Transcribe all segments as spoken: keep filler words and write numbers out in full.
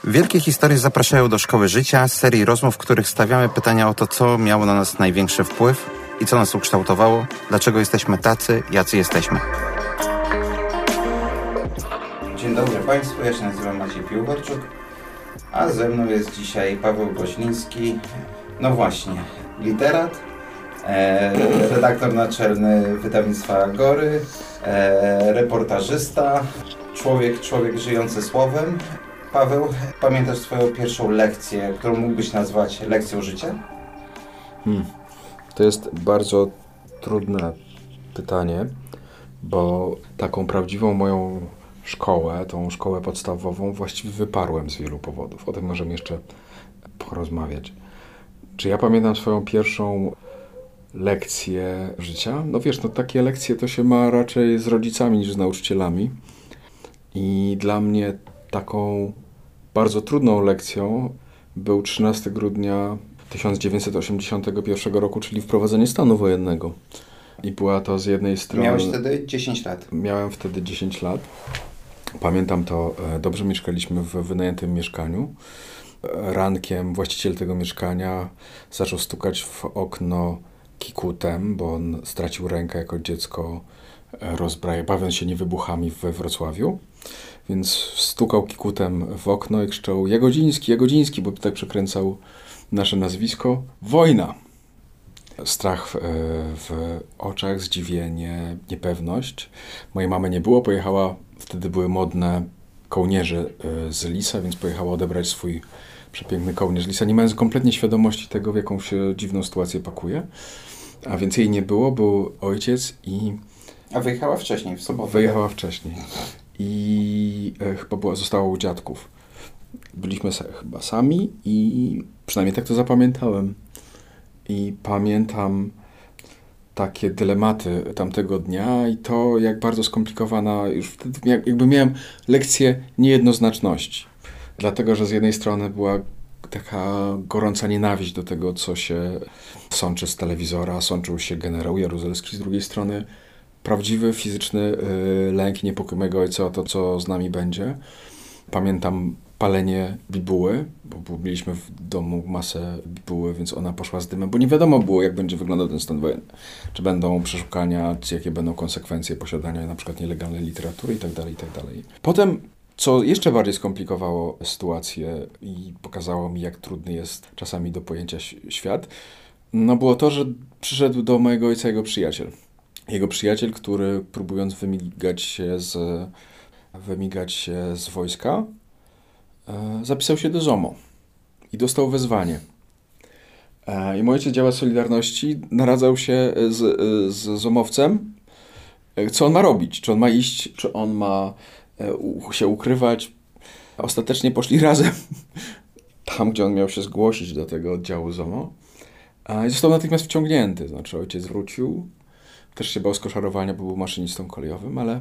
Wielkie historie zapraszają do Szkoły Życia, serii rozmów, w których stawiamy pytania o to, co miało na nas największy wpływ i co nas ukształtowało, dlaczego jesteśmy tacy, jacy jesteśmy. Dzień dobry Państwu, ja się nazywam Maciej Piłgorczuk, a ze mną jest dzisiaj Paweł Goźliński, no właśnie, literat, e, redaktor naczelny wydawnictwa Agory, e, reportażysta, człowiek, człowiek żyjący słowem. Paweł, pamiętasz swoją pierwszą lekcję, którą mógłbyś nazwać lekcją życia? Hmm. To jest bardzo trudne pytanie, bo taką prawdziwą moją szkołę, tą szkołę podstawową właściwie wyparłem z wielu powodów. O tym możemy jeszcze porozmawiać. Czy ja pamiętam swoją pierwszą lekcję życia? No wiesz, no takie lekcje to się ma raczej z rodzicami niż z nauczycielami. I dla mnie taką bardzo trudną lekcją był trzynastego grudnia tysiąc dziewięćset osiemdziesiątego pierwszego roku, czyli wprowadzenie stanu wojennego. I była to z jednej strony... Miałeś wtedy dziesięć lat. Miałem wtedy dziesięć lat. Pamiętam to dobrze, mieszkaliśmy w wynajętym mieszkaniu. Rankiem właściciel tego mieszkania zaczął stukać w okno kikutem, bo on stracił rękę jako dziecko, rozbraja, bawiąc się niewybuchami we Wrocławiu. Więc stukał kikutem w okno i krzyczał Jagodziński, Jagodziński, bo tak przekręcał nasze nazwisko. Wojna! Strach w, w oczach, zdziwienie, niepewność. Mojej mamy nie było, pojechała, wtedy były modne kołnierze z Lisa, więc pojechała odebrać swój przepiękny kołnierz Lisa, nie mając kompletnie świadomości tego, w jaką się dziwną sytuację pakuje. A więc jej nie było, był ojciec i... A wyjechała wcześniej, w sobotę? Wyjechała wcześniej. I e, chyba była, została u dziadków. Byliśmy sa, chyba sami i przynajmniej tak to zapamiętałem. I pamiętam takie dylematy tamtego dnia i to, jak bardzo skomplikowana, już wtedy jakby miałem lekcję niejednoznaczności. Dlatego, że z jednej strony była taka gorąca nienawiść do tego, co się sączy z telewizora, sączył się generał Jaruzelski, z drugiej strony prawdziwy, fizyczny y, lęk, niepokój mojego ojca o to, co z nami będzie. Pamiętam palenie bibuły, bo mieliśmy w domu masę bibuły, więc ona poszła z dymem, bo nie wiadomo było, jak będzie wyglądał ten stan wojenny. Czy będą przeszukania, czy jakie będą konsekwencje posiadania na przykład nielegalnej literatury i tak dalej, i tak dalej. Potem, co jeszcze bardziej skomplikowało sytuację i pokazało mi, jak trudny jest czasami do pojęcia świat, no było to, że przyszedł do mojego ojca jego przyjaciel. Jego przyjaciel, który próbując wymigać się z, wymigać się z wojska, e, zapisał się do ZOMO i dostał wezwanie. E, I mój ojciec, działa Solidarności, naradzał się z, z zomowcem, co on ma robić, czy on ma iść, czy on ma e, u, się ukrywać. Ostatecznie poszli razem tam, gdzie on miał się zgłosić do tego oddziału ZOMO. E, I został natychmiast wciągnięty, znaczy ojciec wrócił. Też się bał skoszarowania, bo był maszynistą kolejowym, ale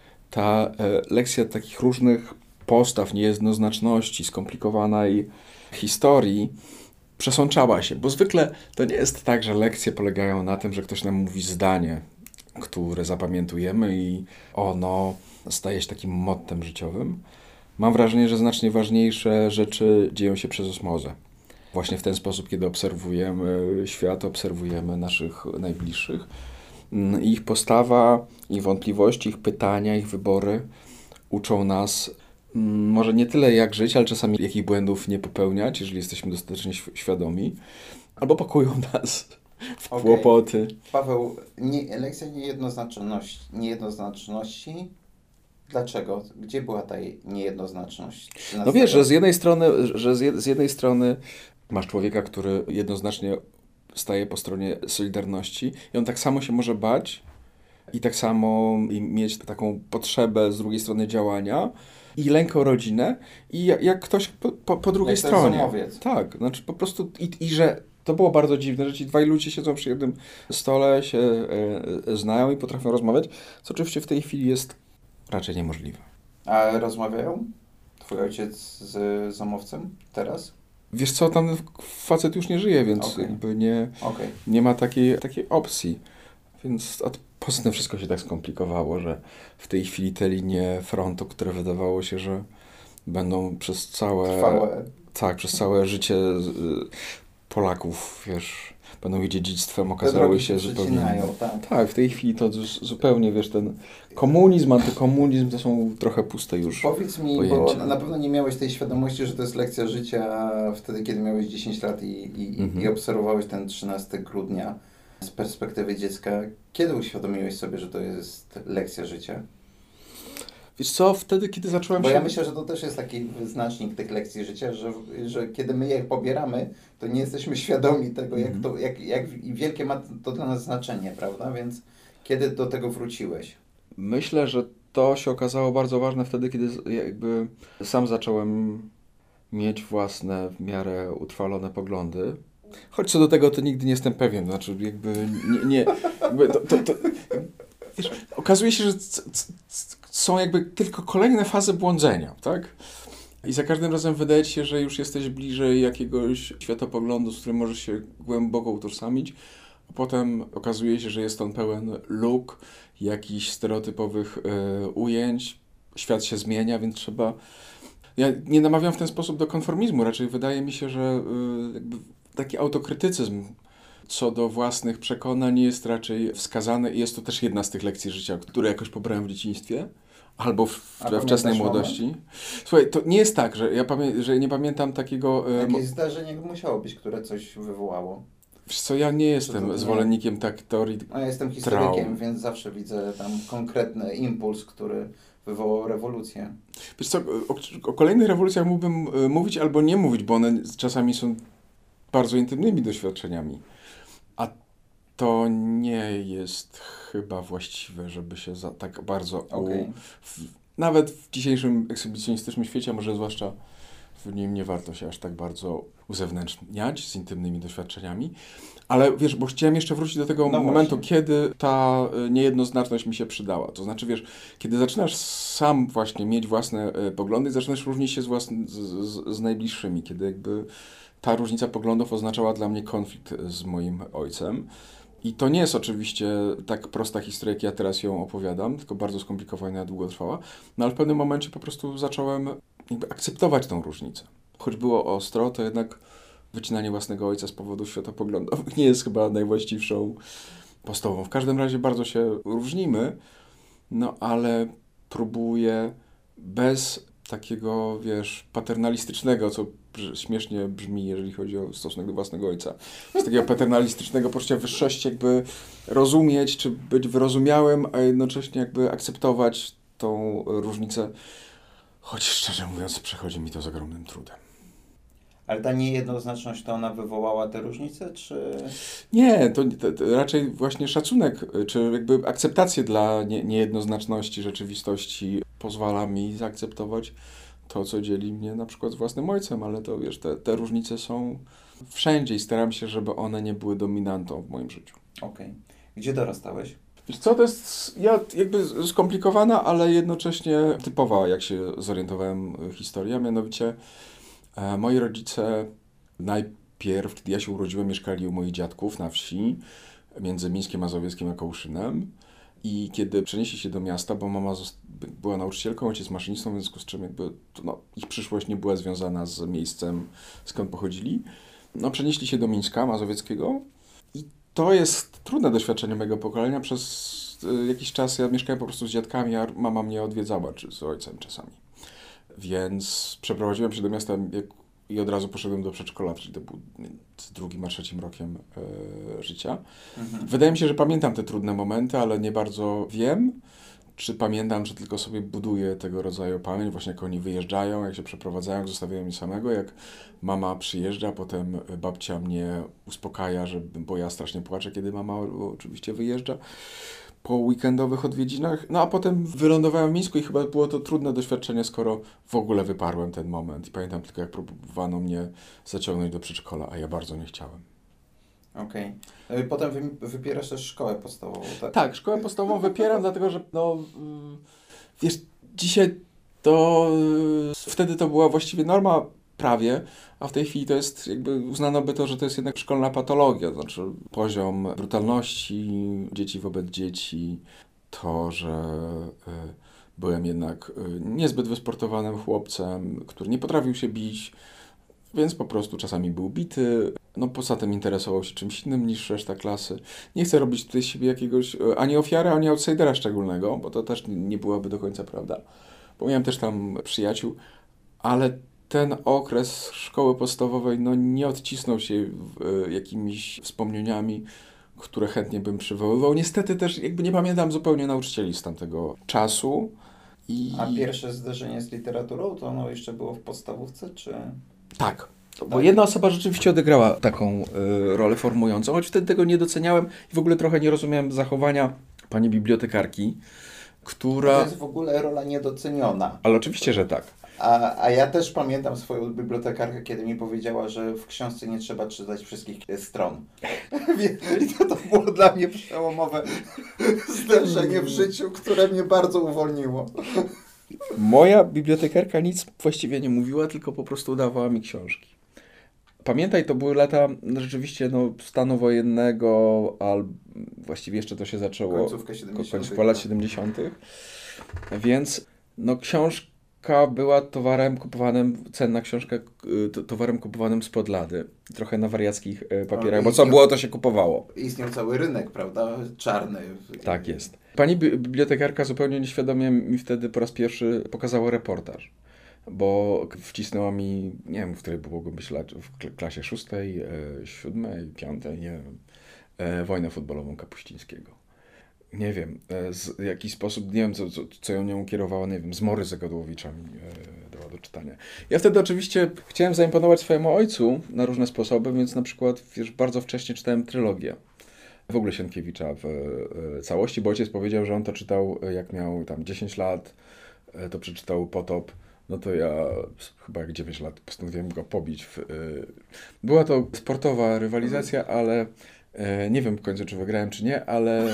ta e, lekcja takich różnych postaw, niejednoznaczności, skomplikowanej historii przesączała się, bo zwykle to nie jest tak, że lekcje polegają na tym, że ktoś nam mówi zdanie, które zapamiętujemy i ono staje się takim mottem życiowym. Mam wrażenie, że znacznie ważniejsze rzeczy dzieją się przez osmozę. Właśnie w ten sposób, kiedy obserwujemy świat, obserwujemy naszych najbliższych. Ich postawa, ich wątpliwości, ich pytania, ich wybory uczą nas może nie tyle jak żyć, ale czasami jakich błędów nie popełniać, jeżeli jesteśmy dostatecznie świadomi, albo pakują nas w okay. kłopoty. Paweł, nie, lekcja niejednoznaczności, niejednoznaczności. Dlaczego? Gdzie była ta niejednoznaczność? No wiesz, że z jednej strony, że z, jed, z jednej strony masz człowieka, który jednoznacznie staje po stronie Solidarności i on tak samo się może bać i tak samo mieć taką potrzebę z drugiej strony działania i lęk o rodzinę i jak, jak ktoś po, po, po drugiej jak stronie. Zomowiec. Tak, znaczy po prostu i, i że to było bardzo dziwne, że ci dwaj ludzie siedzą przy jednym stole, się e, znają i potrafią rozmawiać, co oczywiście w tej chwili jest raczej niemożliwe. A rozmawiają? Twój ojciec z Zomowcem teraz? Wiesz co, tam facet już nie żyje, więc okay. jakby nie, okay. nie ma takiej, takiej opcji. Więc a poza tym wszystko się tak skomplikowało, że w tej chwili te linie frontu, które wydawało się, że będą przez całe... Trwałe. Tak, przez całe życie y, Polaków, wiesz, będą ich dziedzictwem, Te okazały drogi się się zupełnie... przecinają, tak. Tak, w tej chwili to z- zupełnie, wiesz, ten komunizm, antykomunizm to są trochę puste już. Powiedz mi, pojęcia. bo na pewno nie miałeś tej świadomości, że to jest lekcja życia wtedy, kiedy miałeś dziesięć lat i, i, Mhm. i obserwowałeś ten trzynastego grudnia z perspektywy dziecka. Kiedy uświadomiłeś sobie, że to jest lekcja życia? Wiesz co, wtedy, kiedy zacząłem Bo się... ja myślę, że to też jest taki wyznacznik tych lekcji życia, że, że kiedy my je pobieramy, to nie jesteśmy świadomi tego, jak, Mhm. to, jak, jak wielkie ma to dla nas znaczenie, prawda? Więc kiedy do tego wróciłeś? Myślę, że to się okazało bardzo ważne wtedy, kiedy z- jakby sam zacząłem mieć własne, w miarę utrwalone poglądy. Choć co do tego, to nigdy nie jestem pewien. Znaczy, jakby nie... nie jakby to, to, to, wiesz, okazuje się, że c, c, c, są jakby tylko kolejne fazy błądzenia, tak? I za każdym razem wydaje ci się, że już jesteś bliżej jakiegoś światopoglądu, z którym możesz się głęboko utożsamić, a potem okazuje się, że jest on pełen luk, jakichś stereotypowych e, ujęć. Świat się zmienia, więc trzeba... Ja nie namawiam w ten sposób do konformizmu, raczej wydaje mi się, że e, jakby taki autokrytycyzm co do własnych przekonań jest raczej wskazany i jest to też jedna z tych lekcji życia, które jakoś pobrałem w dzieciństwie. Albo w, A we wczesnej pamiętasz młodości. Słuchaj, to nie jest tak, że ja pamię- że nie pamiętam takiego... e, mo- Jakieś zdarzenie musiało być, które coś wywołało. Wiesz co, ja nie to jestem nie? zwolennikiem tak teorii. A ja jestem historykiem, Traum. więc zawsze widzę tam konkretny impuls, który wywołał rewolucję. Wiesz co, o, o kolejnych rewolucjach mógłbym e, mówić albo nie mówić, bo one czasami są bardzo intymnymi doświadczeniami. A to nie jest chyba właściwe, żeby się za, tak bardzo... u- Okej. w, nawet w dzisiejszym ekshibicjonistycznym świecie, może zwłaszcza w nim nie warto się aż tak bardzo uzewnętrzniać z intymnymi doświadczeniami. Ale wiesz, bo chciałem jeszcze wrócić do tego No momentu, właśnie. kiedy ta y, niejednoznaczność mi się przydała. To znaczy, wiesz, kiedy zaczynasz sam właśnie mieć własne y, poglądy, zaczynasz różnić się z, własny, z, z, z najbliższymi, kiedy jakby ta różnica poglądów oznaczała dla mnie konflikt z moim ojcem. I to nie jest oczywiście tak prosta historia, jak ja teraz ją opowiadam, tylko bardzo skomplikowana i długotrwała. No ale w pewnym momencie po prostu zacząłem jakby akceptować tą różnicę. Choć było ostro, to jednak wycinanie własnego ojca z powodów światopoglądowych nie jest chyba najwłaściwszą postawą. W każdym razie bardzo się różnimy, no ale próbuję bez takiego, wiesz, paternalistycznego, co brz- śmiesznie brzmi, jeżeli chodzi o stosunek do własnego ojca, z takiego paternalistycznego poczucia wyższości jakby rozumieć, czy być wyrozumiałym, a jednocześnie jakby akceptować tą różnicę, choć szczerze mówiąc przechodzi mi to z ogromnym trudem. Ale ta niejednoznaczność, to ona wywołała te różnice, czy... Nie, to, to, to raczej właśnie szacunek, czy jakby akceptację dla nie, niejednoznaczności rzeczywistości pozwala mi zaakceptować to, co dzieli mnie na przykład z własnym ojcem, ale to wiesz, te, te różnice są wszędzie i staram się, żeby one nie były dominantą w moim życiu. Okej. Gdzie dorastałeś? Wiesz co, to jest ja, jakby skomplikowana, ale jednocześnie typowa, jak się zorientowałem, historia, mianowicie e, moi rodzice najpierw, kiedy ja się urodziłem, mieszkali u moich dziadków na wsi, między Mińskiem Mazowieckim a Kołuszynem. I kiedy przenieśli się do miasta, bo mama zost- była nauczycielką, ojciec maszynistą, w związku z czym jakby to, no, ich przyszłość nie była związana z miejscem, skąd pochodzili, no przenieśli się do Mińska Mazowieckiego i to jest trudne doświadczenie mojego pokolenia. Przez y, jakiś czas ja mieszkałem po prostu z dziadkami, a mama mnie odwiedzała, czy z ojcem czasami. Więc przeprowadziłem się do miasta jak, i od razu poszedłem do przedszkola, czyli to był między drugim a trzecim rokiem e, życia. Mhm. Wydaje mi się, że pamiętam te trudne momenty, ale nie bardzo wiem, czy pamiętam, czy tylko sobie buduję tego rodzaju pamięć, właśnie jak oni wyjeżdżają, jak się przeprowadzają, jak zostawiają mnie samego, jak mama przyjeżdża, potem babcia mnie uspokaja, że, bo ja strasznie płaczę, kiedy mama oczywiście wyjeżdża po weekendowych odwiedzinach. No a potem wylądowałem w Mińsku i chyba było to trudne doświadczenie, skoro w ogóle wyparłem ten moment. I pamiętam tylko, jak próbowano mnie zaciągnąć do przedszkola, a ja bardzo nie chciałem. Okej. Okay. Potem wy, wybierasz też szkołę podstawową, tak? Tak, szkołę podstawową wypieram, dlatego że no, y, wiesz, dzisiaj to y, wtedy to była właściwie norma prawie, a w tej chwili to jest jakby uznano by to, że to jest jednak szkolna patologia, to znaczy poziom brutalności dzieci wobec dzieci, to, że y, byłem jednak y, niezbyt wysportowanym chłopcem, który nie potrafił się bić, więc po prostu czasami był bity. No poza tym interesował się czymś innym niż reszta klasy. Nie chcę robić tutaj z siebie jakiegoś y, ani ofiary, ani outsidera szczególnego, bo to też nie byłaby do końca prawda. Bo miałem też tam przyjaciół, ale ten okres szkoły podstawowej no, nie odcisnął się w, y, jakimiś wspomnieniami, które chętnie bym przywoływał. Niestety też jakby nie pamiętam zupełnie nauczycieli z tamtego czasu. I... A pierwsze zderzenie z literaturą to ono jeszcze było w podstawówce, czy... Tak, bo jedna osoba rzeczywiście odegrała taką y, rolę formującą, choć wtedy tego nie doceniałem i w ogóle trochę nie rozumiałem zachowania pani bibliotekarki, która... To jest w ogóle rola niedoceniona. Ale oczywiście, że tak. A, a ja też pamiętam swoją bibliotekarkę, kiedy mi powiedziała, że w książce nie trzeba czytać wszystkich stron. I to, to było dla mnie przełomowe zdarzenie w życiu, które mnie bardzo uwolniło. Moja bibliotekarka nic właściwie nie mówiła, tylko po prostu dawała mi książki. Pamiętaj, to były lata no, rzeczywiście no, stanu wojennego, ale właściwie jeszcze to się zaczęło Końcówka siedemdziesiątych. końcówka lat siedemdziesiątych. Więc no, książka była towarem kupowanym, cenna książka y, towarem kupowanym spod lady. Trochę na wariackich y, papierach, bo co było, to się kupowało. Istniał cały rynek, prawda? Czarny. Tak jest. Pani bi- bibliotekarka zupełnie nieświadomie mi wtedy po raz pierwszy pokazała reportaż. Bo wcisnęła mi, nie wiem, w której mogłem być lat, w klasie szóstej, e, siódmej, piątej, nie wiem, e, wojnę futbolową Kapuścińskiego. Nie wiem, e, z, w jaki sposób, nie wiem, co, co, co ją nią kierowało, nie wiem, zmory Zagodłowicza mi e, dała do czytania. Ja wtedy oczywiście chciałem zaimponować swojemu ojcu na różne sposoby, więc na przykład, wiesz, bardzo wcześnie czytałem trylogię. W ogóle Sienkiewicza w e, całości, bo ojciec powiedział, że on to czytał, jak miał tam dziesięć lat, e, to przeczytał Potop. No to ja chyba jak dziewięć lat postanowiłem go pobić. W, y... Była to sportowa rywalizacja, ale y, nie wiem w końcu, czy wygrałem, czy nie, ale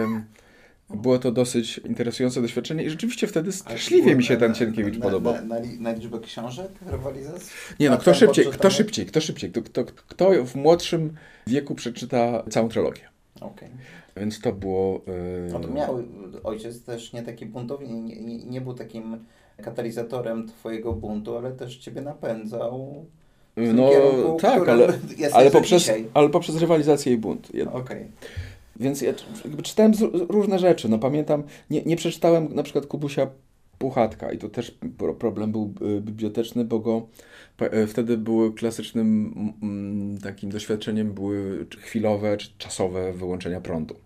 y, było to dosyć interesujące doświadczenie i rzeczywiście wtedy straszliwie mi się ten Sienkiewicz na, podobał. Na, na, na liczbę książek rywalizacji? Nie no, A kto tam szybciej, kto poczytamy? szybciej, kto szybciej, kto, kto, kto w młodszym wieku przeczyta całą trylogię. Okej. Więc to było... Yy... No to miał ojciec też nie taki buntownik, nie, nie, nie był takim katalizatorem twojego buntu, ale też ciebie napędzał w tym No kierunku, tak, którym ale, jesteś ale, do poprzez, dzisiaj. ale poprzez rywalizację i bunt. Jed- Okej. Więc ja jakby czytałem z, różne rzeczy. No pamiętam, nie, nie przeczytałem na przykład Kubusia Puchatka i to też pro, problem był y, biblioteczny, bo go y, wtedy były klasycznym mm, takim doświadczeniem były chwilowe czy czasowe wyłączenia prądu.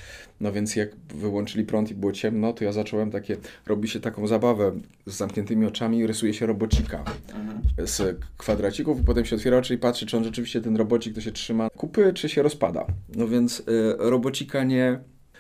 No więc jak wyłączyli prąd i było ciemno, to ja zacząłem takie, robi się taką zabawę z zamkniętymi oczami, rysuje się robocika Mhm. z kwadracików i potem się otwiera oczy i patrzy, czy on rzeczywiście ten robocik to się trzyma kupy, czy się rozpada. No więc y, robocika nie,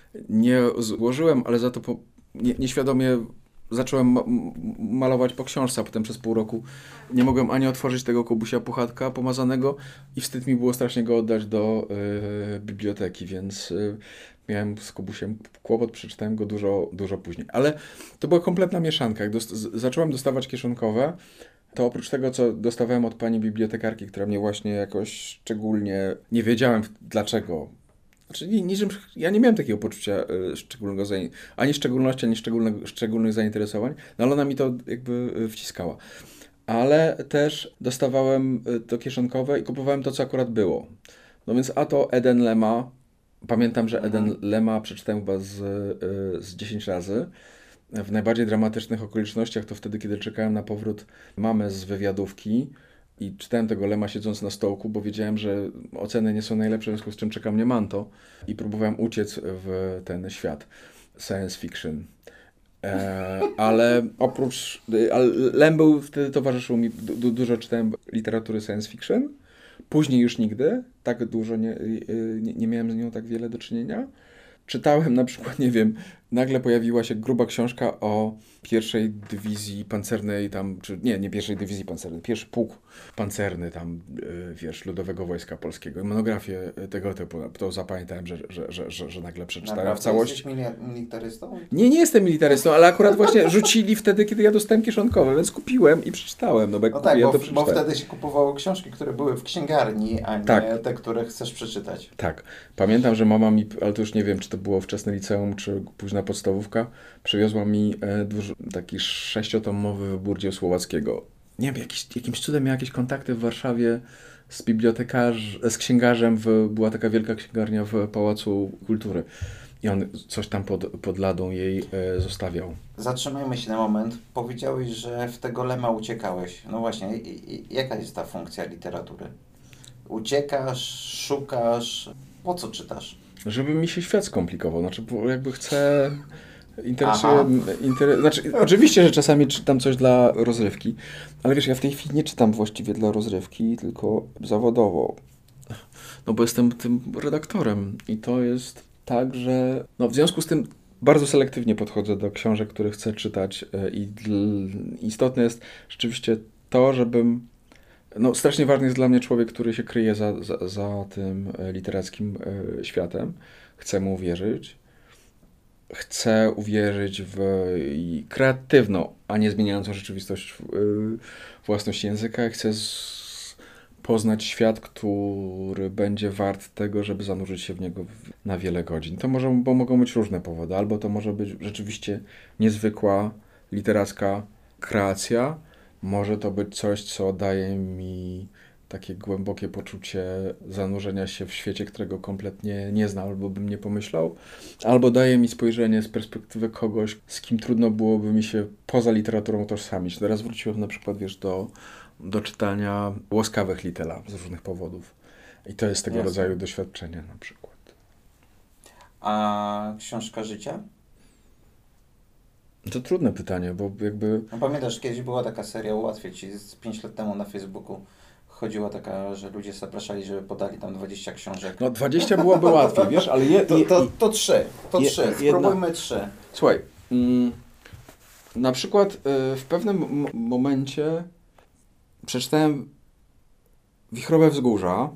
nie złożyłem, ale za to po, nie, nieświadomie zacząłem ma- malować po książce, a potem przez pół roku nie mogłem ani otworzyć tego Kubusia Puchatka pomazanego i wstyd mi było strasznie go oddać do y, biblioteki, więc y, miałem z Kubusiem kłopot, przeczytałem go dużo, dużo później. Ale to była kompletna mieszanka. Jak dost- z- zacząłem dostawać kieszonkowe, to oprócz tego, co dostawałem od pani bibliotekarki, która mnie właśnie jakoś szczególnie, nie wiedziałem dlaczego, znaczy ni- niczym, ja nie miałem takiego poczucia y, szczególnego, zain- ani szczególności, ani szczególnego, szczególnych zainteresowań, no ale ona mi to jakby y, wciskała. Ale też dostawałem y, to kieszonkowe i kupowałem to, co akurat było. No więc a to Eden Lema, pamiętam, że Eden Mhm. Lema przeczytałem chyba z, y, z dziesięć razy. W najbardziej dramatycznych okolicznościach to wtedy, kiedy czekałem na powrót mamy z wywiadówki i czytałem tego Lema siedząc na stołku, bo wiedziałem, że oceny nie są najlepsze, w związku z czym czeka mnie manto i próbowałem uciec w ten świat science fiction. E, ale oprócz, ale Lem był wtedy towarzyszył mi, du, dużo czytałem literatury science fiction, później już nigdy, tak dużo nie, nie, nie miałem z nią tak wiele do czynienia. Czytałem na przykład, nie wiem, nagle pojawiła się gruba książka o pierwszej dywizji pancernej tam, czy nie, nie pierwszej dywizji pancernej, pierwszy pułk pancerny tam, yy, wiesz, Ludowego Wojska Polskiego. Monografię tego typu, to zapamiętałem, że, że, że, że, że nagle przeczytałem Naprawdę w całości. jesteś mili- militarystą? Nie, nie jestem militarystą, ale akurat właśnie rzucili wtedy, kiedy ja dostałem kieszonkowe, więc kupiłem i przeczytałem. No bo, jak No tak, kupiłem, bo, to bo przeczytałem. wtedy się kupowało książki, które były w księgarni, a nie Tak. te, które chcesz przeczytać. Tak. Pamiętam, że mama mi, ale to już nie wiem, czy to było wczesne liceum czy późna podstawówka, przywiozła mi e, duży, taki sześciotomowy wybór dzieł Słowackiego. Nie wiem, jakiś, jakimś cudem miałem jakieś kontakty w Warszawie z bibliotekarzem, z księgarzem, w, była taka wielka księgarnia w Pałacu Kultury. I on coś tam pod, pod ladą jej e, zostawiał. Zatrzymajmy się na moment. Powiedziałeś, że w tego Lema uciekałeś. No właśnie, i, i, jaka jest ta funkcja literatury? Uciekasz, szukasz, po co czytasz? Żeby mi się świat skomplikował, znaczy bo jakby chcę... Interesuje, inter... znaczy, oczywiście, że czasami czytam coś dla rozrywki, ale wiesz, ja w tej chwili nie czytam właściwie dla rozrywki, tylko zawodowo. No bo jestem tym redaktorem i to jest tak, że no w związku z tym bardzo selektywnie podchodzę do książek, które chcę czytać i dl... istotne jest rzeczywiście to, żebym no strasznie ważny jest dla mnie człowiek, który się kryje za, za, za tym literackim światem. Chcę mu wierzyć. Chcę uwierzyć w kreatywną, a nie zmieniającą rzeczywistość własność języka. Chcę z... poznać świat, który będzie wart tego, żeby zanurzyć się w niego na wiele godzin. To może, bo mogą być różne powody. Albo to może być rzeczywiście niezwykła literacka kreacja. Może to być coś, co daje mi takie głębokie poczucie zanurzenia się w świecie, którego kompletnie nie znam albo bym nie pomyślał. Albo daje mi spojrzenie z perspektywy kogoś, z kim trudno byłoby mi się poza literaturą utożsamić. Teraz wróciłem na przykład, wiesz, do, do czytania Łaskawych Littela z różnych powodów. I to jest tego Jasne. rodzaju doświadczenie na przykład. A książka życia? To trudne pytanie, bo jakby... No pamiętasz, kiedyś była taka seria, ułatwię ci, z pięć lat temu na Facebooku chodziła taka, że ludzie zapraszali, żeby podali tam dwadzieścia książek. No dwadzieścia byłoby łatwiej, wiesz, ale... Je, to, je, to, to trzy, to je, trzy, jedna. spróbujmy trzy. Słuchaj, mm, na przykład y, w pewnym m- momencie przeczytałem Wichrowe Wzgórza.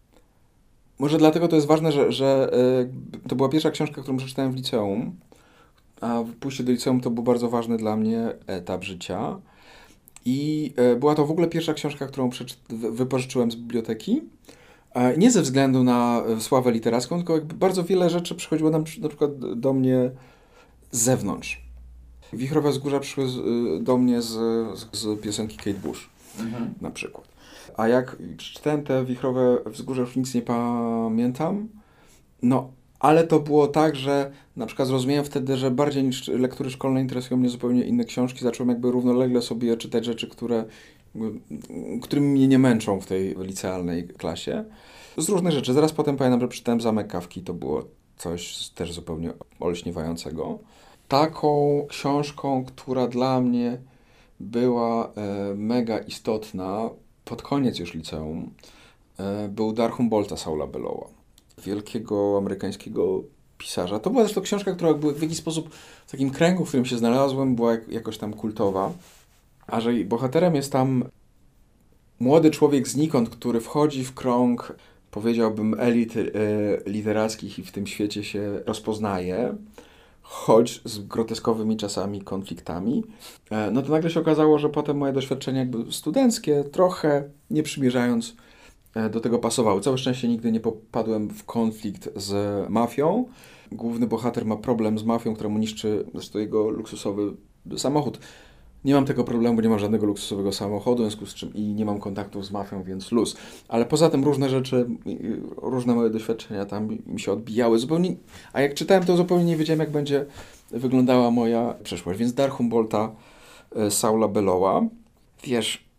Może dlatego to jest ważne, że, że y, to była pierwsza książka, którą przeczytałem w liceum, a pójście do liceum to był bardzo ważny dla mnie etap życia. I y, była to w ogóle pierwsza książka, którą przeczy- wypożyczyłem z biblioteki. Nie ze względu na sławę literacką, tylko jakby bardzo wiele rzeczy przychodziło nam na przykład do mnie z zewnątrz. Wichrowe Wzgórza przyszły z, do mnie z, z, z piosenki Kate Bush, Mhm. na przykład. A jak przeczytałem te Wichrowe Wzgórza, już nic nie pamiętam, no, ale to było tak, że na przykład zrozumiałem wtedy, że bardziej niż lektury szkolne interesują mnie zupełnie inne książki. Zacząłem jakby równolegle sobie czytać rzeczy, które, którymi mnie nie męczą w tej licealnej klasie. Z różnych rzeczy. Zaraz potem pamiętam, że przeczytałem Zamek Kafki. To było coś też zupełnie olśniewającego. Taką książką, która dla mnie była e, mega istotna pod koniec już liceum, e, był Dar Humboldta Saula Bellowa, wielkiego amerykańskiego pisarza. To była zresztą książka, która w jakiś sposób w takim kręgu, w którym się znalazłem, była jak, jakoś tam kultowa, a że bohaterem jest tam młody człowiek znikąd, który wchodzi w krąg, powiedziałbym, elit e, literackich i w tym świecie się rozpoznaje, choć z groteskowymi czasami konfliktami, e, no to nagle się okazało, że potem moje doświadczenia jakby studenckie trochę, nie przymierzając, e, do tego pasowały. Całe szczęście nigdy nie popadłem w konflikt z mafią. Główny bohater ma problem z mafią, która mu niszczy zresztą jego luksusowy samochód. Nie mam tego problemu, bo nie mam żadnego luksusowego samochodu, w związku z czym i nie mam kontaktów z mafią, więc luz. Ale poza tym różne rzeczy, różne moje doświadczenia tam mi się odbijały zupełnie, a jak czytałem, to zupełnie nie wiedziałem, jak będzie wyglądała moja przyszłość. Więc Dar Humboldta Saula Bellowa, wiesz,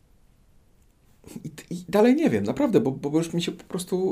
i, i dalej nie wiem, naprawdę, bo, bo już mi się po prostu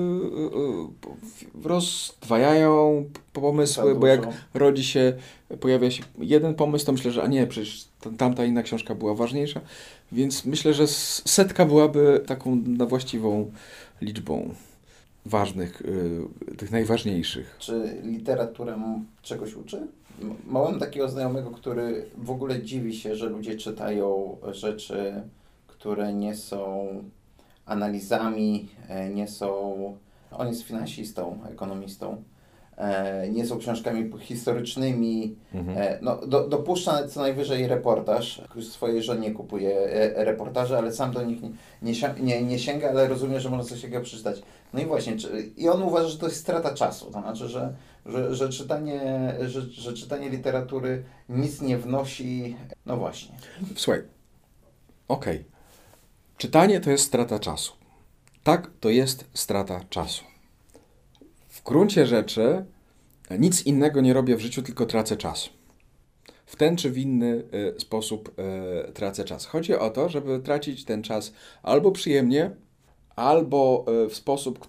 yy, yy, rozdwajają pomysły, bo jak rodzi się, pojawia się jeden pomysł, to myślę, że a nie, przecież tamta inna książka była ważniejsza, więc myślę, że setka byłaby taką właściwą liczbą ważnych, yy, tych najważniejszych. Czy literatura czegoś uczy? Mam takiego znajomego, który w ogóle dziwi się, że ludzie czytają rzeczy, które nie są analizami, nie są... On jest finansistą, ekonomistą. Nie są książkami historycznymi. Mhm. No, do, dopuszcza co najwyżej reportaż. Już swojej żonie kupuje reportaże, ale sam do nich nie, nie, nie, nie sięga, ale rozumie, że można coś takiego przeczytać. No i właśnie, czy, i on uważa, że to jest strata czasu. To znaczy, że Że, że, czytanie, że, że czytanie literatury nic nie wnosi. No właśnie. Słuchaj, okej. Okay. Czytanie to jest strata czasu. Tak, to jest strata czasu. W gruncie rzeczy nic innego nie robię w życiu, tylko tracę czas. W ten czy w inny y, sposób y, tracę czas. Chodzi o to, żeby tracić ten czas albo przyjemnie, albo y, w sposób,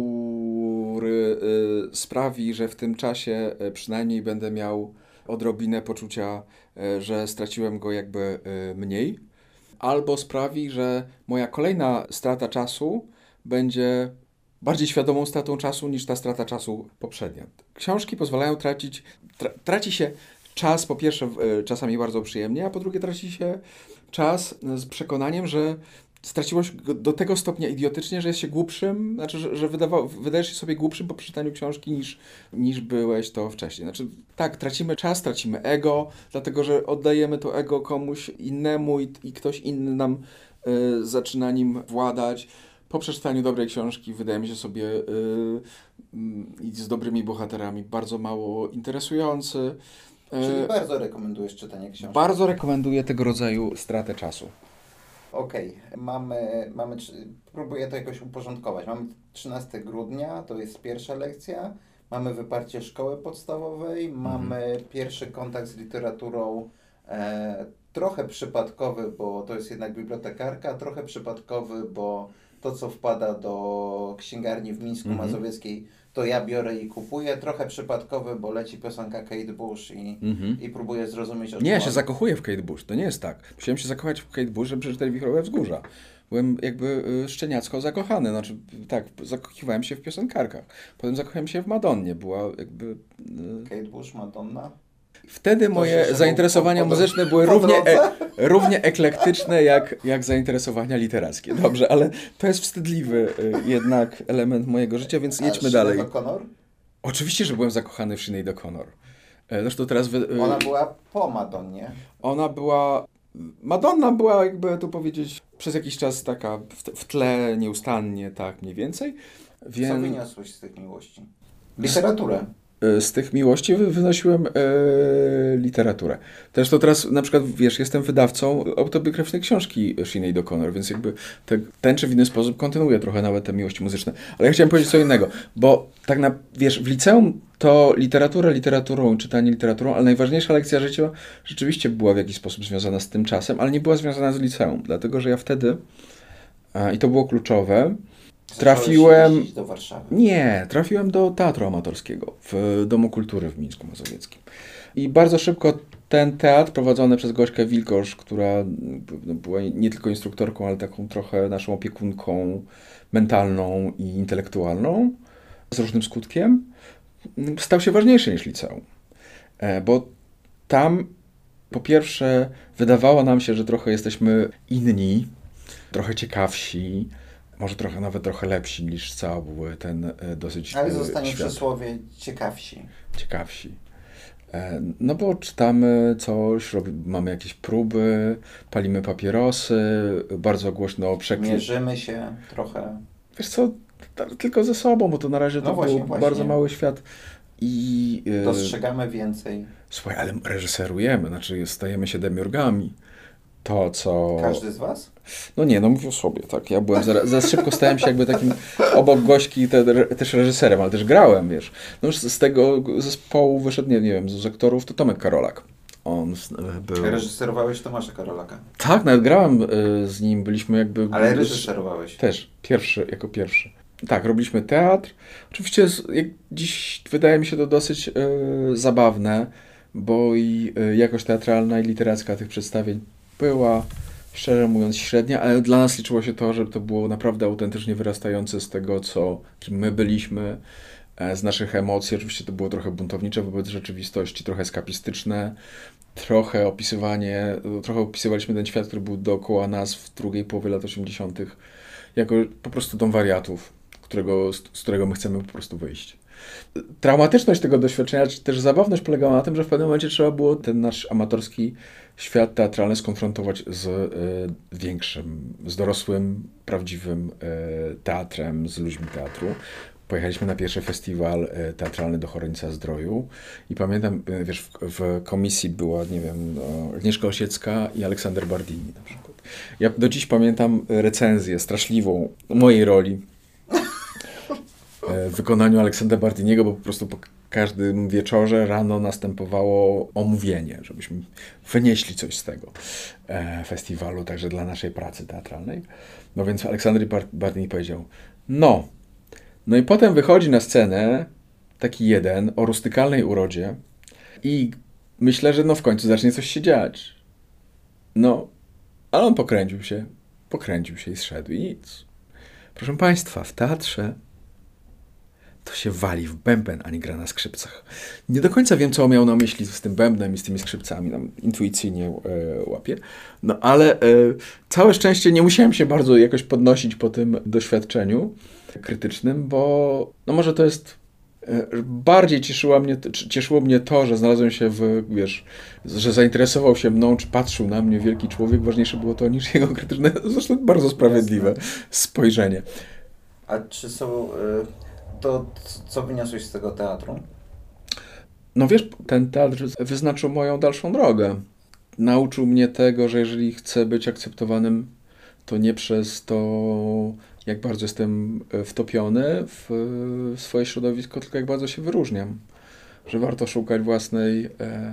który y, sprawi, że w tym czasie y, przynajmniej będę miał odrobinę poczucia, y, że straciłem go jakby y, mniej, albo sprawi, że moja kolejna strata czasu będzie bardziej świadomą stratą czasu niż ta strata czasu poprzednia. Książki pozwalają tracić, tra, traci się czas, po pierwsze czasami bardzo przyjemnie, a po drugie traci się czas z przekonaniem, że straciłeś go do tego stopnia idiotycznie, że jest się głupszym, znaczy, że, że wydawa, wydajesz się sobie głupszym po przeczytaniu książki niż, niż byłeś to wcześniej. Znaczy tak, tracimy czas, tracimy ego, dlatego że oddajemy to ego komuś innemu i, i ktoś inny nam y, zaczyna nim władać. Po przeczytaniu dobrej książki wydajemy się sobie y, y, z dobrymi bohaterami bardzo mało interesujący. Czyli bardzo rekomendujesz czytanie książki? Bardzo rekomenduję tego rodzaju stratę czasu. Okej, okay. mamy, mamy, próbuję to jakoś uporządkować. Mamy trzynastego grudnia, to jest pierwsza lekcja. Mamy wyparcie szkoły podstawowej, mhm. mamy pierwszy kontakt z literaturą, e, trochę przypadkowy, bo to jest jednak bibliotekarka, trochę przypadkowy, bo to, co wpada do księgarni w Mińsku mhm. Mazowieckiej, to ja biorę i kupuję. Trochę przypadkowy, bo leci piosenka Kate Bush i, mhm. i próbuję zrozumieć, o czym Nie, ja się zakochuję w Kate Bush, to nie jest tak. Musiałem się zakochać w Kate Bush, żeby przeczytać Wichrowe Wzgórza. Byłem jakby y, szczeniacko zakochany, znaczy tak, zakochiwałem się w piosenkarkach. Potem zakochałem się w Madonnie, była jakby... Y... Kate Bush, Madonna? Wtedy moje zainteresowania po, po, muzyczne były równie, e, równie eklektyczne jak, jak zainteresowania literackie. Dobrze, ale to jest wstydliwy y, jednak element mojego życia, więc A jedźmy dalej. Sinead O'Connor? Oczywiście, że byłem zakochany w Sinead O'Connor. Zresztą teraz... Wy, y, Ona była po Madonnie. Ona była... Madonna była, jakby tu powiedzieć, przez jakiś czas taka w, w tle nieustannie, tak mniej więcej. Więc... Co wyniosłeś z tych miłości? Literaturę. Z tych miłości wynosiłem e, literaturę. Zresztą teraz na przykład, wiesz, jestem wydawcą autobiograficznej książki Sinead O'Connor, więc jakby te, ten czy w inny sposób kontynuuję trochę nawet te miłości muzyczne. Ale ja chciałem powiedzieć co innego, bo tak na, wiesz, w liceum to literatura literaturą, czytanie literaturą, ale najważniejsza lekcja życia rzeczywiście była w jakiś sposób związana z tym czasem, ale nie była związana z liceum, dlatego że ja wtedy, a, i to było kluczowe, trafiłem do Warszawy. Nie, trafiłem do teatru amatorskiego w Domu Kultury w Mińsku Mazowieckim. I bardzo szybko ten teatr prowadzony przez Gośkę Wilkosz, która była nie tylko instruktorką, ale taką trochę naszą opiekunką mentalną i intelektualną, z różnym skutkiem, stał się ważniejszy niż liceum. Bo tam po pierwsze wydawało nam się, że trochę jesteśmy inni, trochę ciekawsi, może trochę, nawet trochę lepsi niż cały ten dosyć Ale zostanie świat. przysłowie ciekawsi. Ciekawsi. No bo czytamy coś, robi, mamy jakieś próby, palimy papierosy, bardzo głośno przeklinamy. Mierzymy się trochę. Wiesz co, tylko ze sobą, bo to na razie no to właśnie, był właśnie. bardzo mały świat. I dostrzegamy więcej. Słuchaj, ale reżyserujemy, znaczy stajemy się demiurgami. To, co... Każdy z was? No nie, no mówię o sobie, tak. Ja byłem, za, za szybko stałem się jakby takim obok Gośki te, też reżyserem, ale też grałem, wiesz. No już z tego zespołu wyszedł, nie, nie wiem, z aktorów to Tomek Karolak. On był... Reżyserowałeś Tomasza Karolaka? Tak, nawet grałem y, z nim, byliśmy jakby... Ale reżyserowałeś? Też, pierwszy, jako pierwszy. Tak, robiliśmy teatr. Oczywiście jak dziś wydaje mi się to dosyć y, zabawne, bo i y, jakość teatralna i literacka tych przedstawień była, szczerze mówiąc, średnia, ale dla nas liczyło się to, że to było naprawdę autentycznie wyrastające z tego, co, kim my byliśmy, z naszych emocji. Oczywiście to było trochę buntownicze wobec rzeczywistości, trochę eskapistyczne, trochę opisywanie, trochę opisywaliśmy ten świat, który był dookoła nas w drugiej połowie lat osiemdziesiątych, jako po prostu dom wariatów, którego, z którego my chcemy po prostu wyjść. Traumatyczność tego doświadczenia, czy też zabawność polegała na tym, że w pewnym momencie trzeba było ten nasz amatorski świat teatralny skonfrontować z y, większym, z dorosłym, prawdziwym y, teatrem, z ludźmi teatru. pojechaliśmy na pierwszy festiwal e, teatralny do Choronica Zdroju i pamiętam, e, wiesz, w, w komisji była, nie wiem, no, Agnieszka Osiecka i Aleksander Bardini na przykład. Ja do dziś pamiętam recenzję straszliwą mojej roli e, w wykonaniu Aleksandra Bardiniego, bo po prostu po każdym wieczorze rano następowało omówienie, żebyśmy wynieśli coś z tego e, festiwalu, także dla naszej pracy teatralnej. No więc Aleksander Bar- Bardini powiedział, no, no i potem wychodzi na scenę taki jeden o rustykalnej urodzie i myślę, że no w końcu zacznie coś się dziać. No, ale on pokręcił się, pokręcił się i zszedł i nic. Proszę Państwa, w teatrze to się wali w bęben, a nie gra na skrzypcach. Nie do końca wiem, co on miał na myśli z tym bębnem i z tymi skrzypcami. Tam intuicyjnie e, łapię. No ale e, całe szczęście nie musiałem się bardzo jakoś podnosić po tym doświadczeniu krytycznym, bo no może to jest e, bardziej cieszyło mnie, cieszyło mnie to, że znalazłem się w, wiesz, że zainteresował się mną, czy patrzył na mnie wielki człowiek. Ważniejsze było to niż jego krytyczne, zresztą bardzo sprawiedliwe Jasne. spojrzenie. A czy są... Y- To co wyniosłeś z tego teatru? No wiesz, ten teatr wyznaczył moją dalszą drogę. Nauczył mnie tego, że jeżeli chcę być akceptowanym, to nie przez to, jak bardzo jestem wtopiony w swoje środowisko, tylko jak bardzo się wyróżniam. Że warto szukać własnej,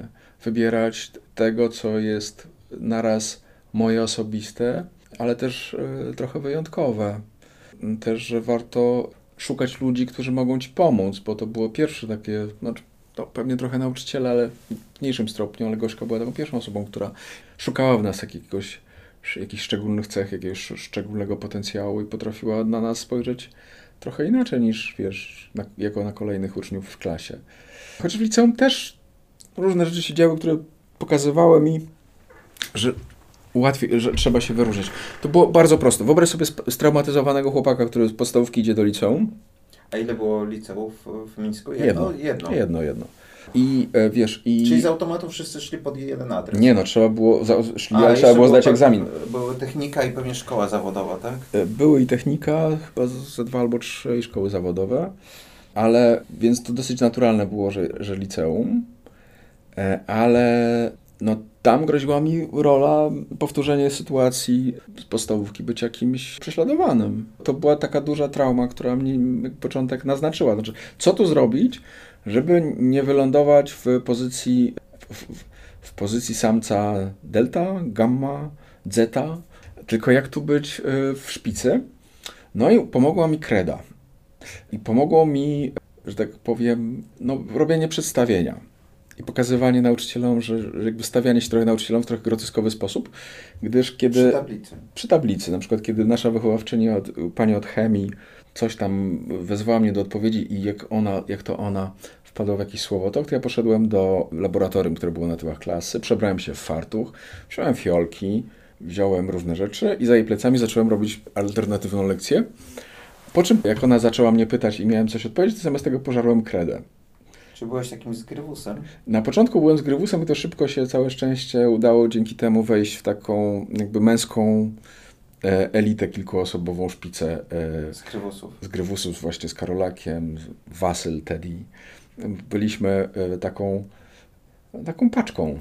wybierać tego, co jest naraz moje osobiste, ale też trochę wyjątkowe. Też, że warto szukać ludzi, którzy mogą ci pomóc, bo to było pierwsze takie, no, to pewnie trochę nauczyciele, ale w mniejszym stopniu, ale Gośka była taką pierwszą osobą, która szukała w nas jakiegoś, jakichś szczególnych cech, jakiegoś szczególnego potencjału i potrafiła na nas spojrzeć trochę inaczej niż, wiesz, na, jako na kolejnych uczniów w klasie. Choć w liceum też różne rzeczy się działy, które pokazywały mi, że łatwiej, że trzeba się wyróżnić. To było bardzo proste. Wyobraź sobie straumatyzowanego chłopaka, który z podstawówki idzie do liceum. A ile było liceów w Mińsku? Jedno. Jedno, jedno. Jedno, jedno. I e, wiesz, i... Czyli z automatu wszyscy szli pod jeden adres? Nie no, trzeba było, za, szli, A, ale trzeba było zdać egzamin. Były technika i pewnie szkoła zawodowa, tak? Były i technika, chyba ze dwa albo trzy i szkoły zawodowe, ale więc to dosyć naturalne było, że, że liceum, e, ale no tam groziła mi rola powtórzenie sytuacji z podstawówki, być jakimś prześladowanym. To była taka duża trauma, która mnie jak początek naznaczyła. Znaczy, co tu zrobić, żeby nie wylądować w pozycji, w, w, w pozycji samca delta, gamma, zeta, tylko jak tu być w szpicy. No i pomogła mi kreda. I pomogło mi, że tak powiem, no, robienie przedstawienia. I pokazywanie nauczycielom, że, że jakby stawianie się trochę nauczycielom w trochę groteskowy sposób, gdyż kiedy... Przy tablicy. Przy tablicy, na przykład kiedy nasza wychowawczyni, od, pani od chemii, coś tam wezwała mnie do odpowiedzi i jak ona, jak to ona wpadła w jakiś słowotok, to ja poszedłem do laboratorium, które było na tyłach klasy, przebrałem się w fartuch, wziąłem fiolki, wziąłem różne rzeczy i za jej plecami zacząłem robić alternatywną lekcję. Po czym, jak ona zaczęła mnie pytać i miałem coś odpowiedzieć, to zamiast tego pożarłem kredę. Czy byłeś takim zgrywusem? Na początku byłem zgrywusem i to szybko się, całe szczęście, udało dzięki temu wejść w taką jakby męską e, elitę kilkuosobową szpicę. E, zgrywusów. Zgrywusów właśnie z Karolakiem, Wasyl, Teddy. Byliśmy e, taką, taką paczką.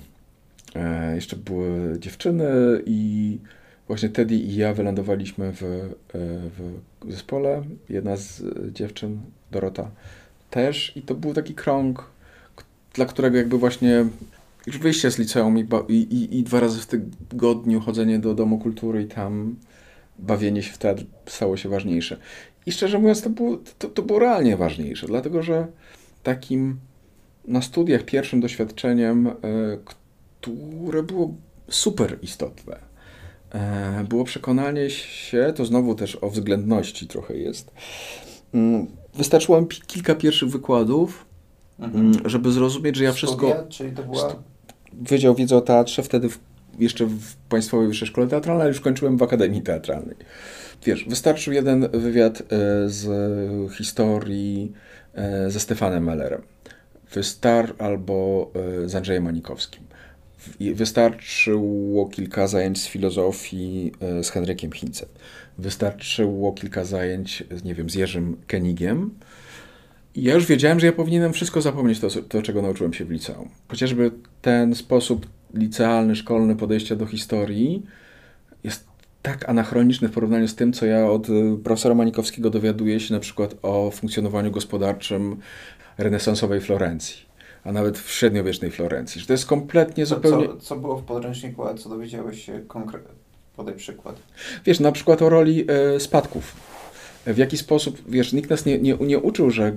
E, jeszcze były dziewczyny i właśnie Teddy i ja wylądowaliśmy w, e, w zespole. Jedna z dziewczyn, Dorota, też i to był taki krąg, dla którego jakby właśnie już wyjście z liceum i, ba- i, i, i dwa razy w tygodniu chodzenie do Domu Kultury i tam bawienie się w teatr stało się ważniejsze. I szczerze mówiąc to było, to, to było realnie ważniejsze, dlatego że takim na studiach pierwszym doświadczeniem, y, które było super istotne, y, było przekonanie się, to znowu też o względności trochę jest, y, wystarczyło mi kilka pierwszych wykładów, mhm. żeby zrozumieć, że ja Studia, wszystko... Czyli to była... Wydział Wiedzy o Teatrze, wtedy w, jeszcze w Państwowej Wyższej Szkole Teatralnej, ale już kończyłem w Akademii Teatralnej. Wiesz, wystarczył jeden wywiad z historii ze Stefanem Mellerem, wystar albo z Andrzejem Manikowskim. I wystarczyło kilka zajęć z filozofii z Henrykiem Hincem. Wystarczyło kilka zajęć, nie wiem, z Jerzym Kenigiem. I ja już wiedziałem, że ja powinienem wszystko zapomnieć, to, to czego nauczyłem się w liceum. Chociażby ten sposób licealny, szkolny podejścia do historii jest tak anachroniczny w porównaniu z tym, co ja od profesora Manikowskiego dowiaduję się na przykład o funkcjonowaniu gospodarczym renesansowej Florencji, a nawet w średniowiecznej Florencji. Że to jest kompletnie Co, zupełnie... co, co było w podręczniku, a co dowiedziałeś się konkretnie? Podaj przykład. Wiesz, na przykład o roli e, spadków. W jaki sposób, wiesz, nikt nas nie, nie, nie uczył, że e,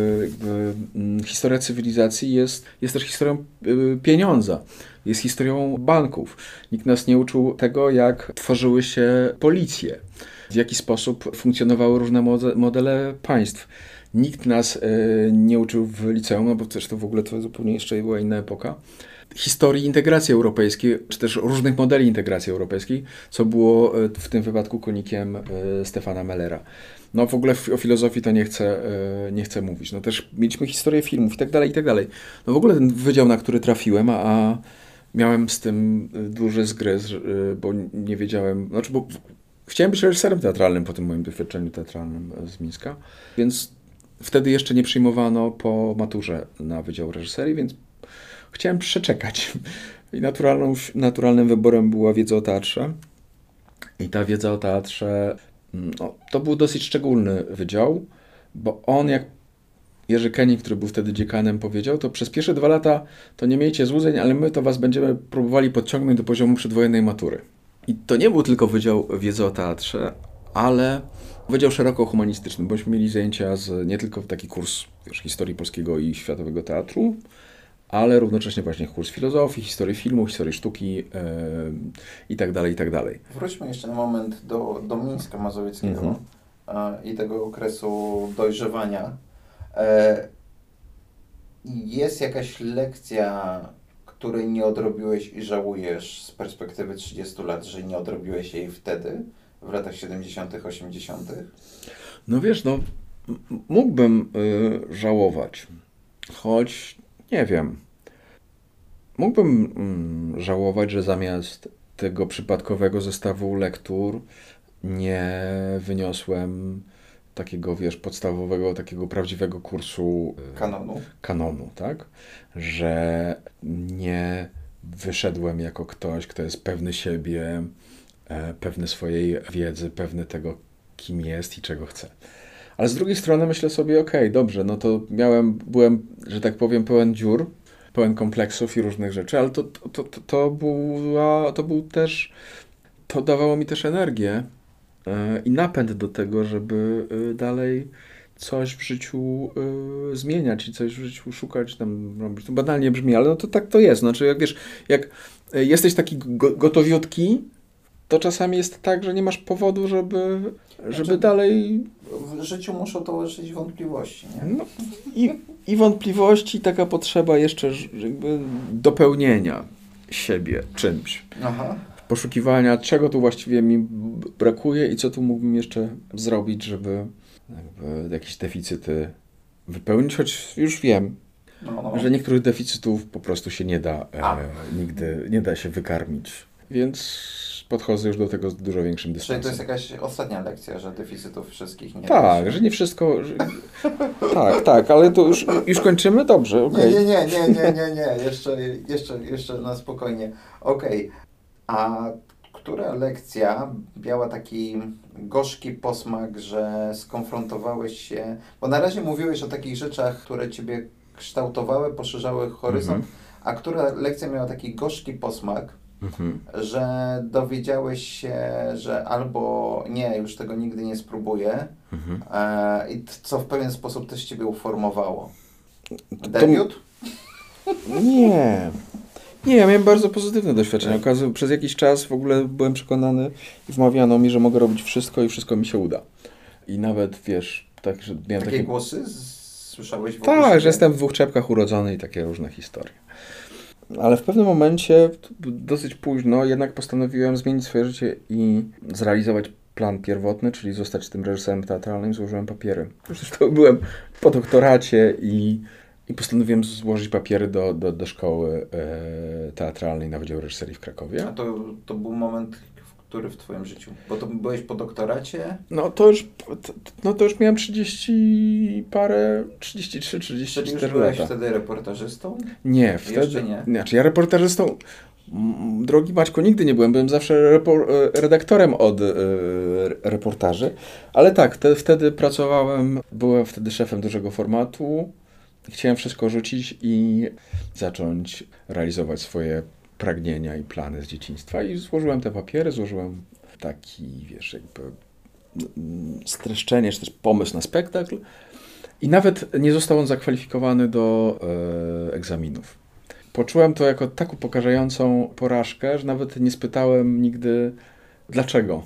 e, historia cywilizacji jest, jest też historią e, pieniądza, jest historią banków. Nikt nas nie uczył tego, jak tworzyły się policje, w jaki sposób funkcjonowały różne modele państw. Nikt nas e, nie uczył w liceum, no bo też to w ogóle to zupełnie jeszcze była inna epoka, historii integracji europejskiej, czy też różnych modeli integracji europejskiej, co było w tym wypadku konikiem Stefana Mellera. No w ogóle o filozofii to nie chcę, nie chcę mówić. No też mieliśmy historię filmów i tak dalej, i tak dalej. No w ogóle ten wydział, na który trafiłem, a, a miałem z tym duży zgryz, bo nie wiedziałem, znaczy bo chciałem być reżyserem teatralnym po tym moim doświadczeniu teatralnym z Mińska, więc wtedy jeszcze nie przyjmowano po maturze na Wydział Reżyserii, więc chciałem przeczekać. I naturalną, naturalnym wyborem była wiedza o teatrze. I ta wiedza o teatrze, no, to był dosyć szczególny wydział, bo on, jak Jerzy Kenig, który był wtedy dziekanem, powiedział, to przez pierwsze dwa lata to nie miejcie złudzeń, ale my to was będziemy próbowali podciągnąć do poziomu przedwojennej matury. I to nie był tylko wydział wiedzy o teatrze, ale wydział szeroko humanistyczny, bośmy mieli zajęcia z nie tylko taki kurs, wiesz, historii polskiego i światowego teatru, ale równocześnie właśnie kurs filozofii, historii filmu, historii sztuki yy, i tak dalej, i tak dalej. Wróćmy jeszcze na moment do, do Mińska Mazowieckiego Mhm. e, i tego okresu dojrzewania. E, jest jakaś lekcja, której nie odrobiłeś i żałujesz z perspektywy trzydziestu lat, że nie odrobiłeś jej wtedy, w latach siedemdziesiątych, osiemdziesiątych? No wiesz, no m- mógłbym y, żałować, choć nie wiem. Mógłbym mm, żałować, że zamiast tego przypadkowego zestawu lektur nie wyniosłem takiego, wiesz, podstawowego, takiego prawdziwego kursu y, Kanonu. kanonu, tak? Że nie wyszedłem jako ktoś, kto jest pewny siebie, e, pewny swojej wiedzy, pewny tego, kim jest i czego chce. Ale z drugiej strony myślę sobie, okej, okay, dobrze, no to miałem, byłem, że tak powiem, pełen dziur, pełen kompleksów i różnych rzeczy, ale to, to, to, to, to, była, to był też, to dawało mi też energię e, i napęd do tego, żeby e, dalej coś w życiu y, zmieniać i coś w życiu szukać, tam robić. To banalnie brzmi, ale no to tak to jest. Znaczy, jak wiesz, jak jesteś taki go, gotowiutki, to czasami jest tak, że nie masz powodu, żeby, żeby Znaczy, dalej... W życiu muszą towarzyszyć wątpliwości, nie? No, i, I wątpliwości, taka potrzeba jeszcze jakby dopełnienia siebie czymś. Aha. Poszukiwania, czego tu właściwie mi brakuje i co tu mógłbym jeszcze zrobić, żeby jakby jakieś deficyty wypełnić, choć już wiem, No, no. że niektórych deficytów po prostu się nie da e, nigdy, nie da się wykarmić. Więc podchodzę już do tego z dużo większym Czyli dystansem. to jest jakaś ostatnia lekcja, że deficytów wszystkich nie da Tak, się. że nie wszystko... Że... tak, tak, ale to już, już kończymy? Dobrze, okej. Nie, nie, nie, nie, nie, nie, jeszcze, jeszcze, jeszcze na spokojnie. Okej, a która lekcja miała taki gorzki posmak, że skonfrontowałeś się, bo na razie mówiłeś o takich rzeczach, które ciebie kształtowały, poszerzały horyzont, Mhm. a która lekcja miała taki gorzki posmak, Mhm. że dowiedziałeś się, że albo nie, już tego nigdy nie spróbuję, Mhm. e, i t- co w pewien sposób też ciebie uformowało. Debiut? Nie. Nie, ja miałem bardzo pozytywne doświadczenia. Okazało, przez jakiś czas w ogóle byłem przekonany i wmawiano mi, że mogę robić wszystko i wszystko mi się uda. I nawet, wiesz, tak, że miałem Takie takie... głosy z- słyszałeś wokół Tak, siebie? że jestem w dwóch czepkach urodzony i takie różne historie. Ale w pewnym momencie, dosyć późno, jednak postanowiłem zmienić swoje życie i zrealizować plan pierwotny, czyli zostać tym reżyserem teatralnym. Złożyłem papiery. Zresztą byłem po doktoracie i I postanowiłem złożyć papiery do, do, do szkoły e, teatralnej na Wydział Reżyserii w Krakowie. A to, to był moment, który w twoim życiu? Bo to byłeś po doktoracie? No to już, no to już miałem trzydzieści parę, trzydzieści trzy, trzydzieści cztery Czyli już byłeś lata. wtedy reportażystą? Nie, wtedy... Jeszcze nie? Znaczy ja reportażystą, m, drogi Maćku, nigdy nie byłem. Byłem zawsze repor, redaktorem od e, reportaży. Ale tak, te, wtedy pracowałem, byłem wtedy szefem dużego formatu. Chciałem wszystko rzucić i zacząć realizować swoje pragnienia i plany z dzieciństwa. I złożyłem te papiery, złożyłem taki, wiesz, jakby mm, streszczenie, czy też pomysł na spektakl. I nawet nie został on zakwalifikowany do e, egzaminów. Poczułem to jako tak upokarzającą porażkę, że nawet nie spytałem nigdy dlaczego.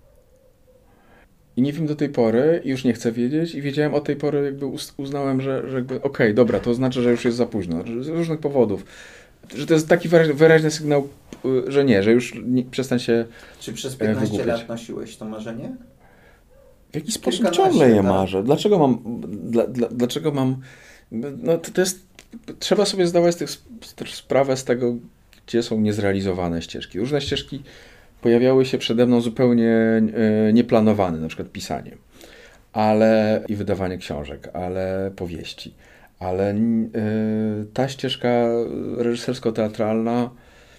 I nie wiem do tej pory, i już nie chcę wiedzieć, i wiedziałem od tej pory, jakby uznałem, że, że jakby okej, okay, dobra, to znaczy, że już jest za późno, że z różnych powodów. Że to jest taki wyraźny sygnał, że nie, że już nie, przestań się Czy przez piętnaście wygłupiać. lat nosiłeś to marzenie? W jaki sposób Kilkanaście, ciągle je tak? marzę? Dlaczego mam, dla, dla, dlaczego mam, no to, to jest, trzeba sobie zdawać z tych, też sprawę z tego, gdzie są niezrealizowane ścieżki. Różne ścieżki pojawiały się przede mną zupełnie e, nieplanowane, na przykład pisanie, ale i wydawanie książek, ale powieści. Ale e, ta ścieżka reżysersko-teatralna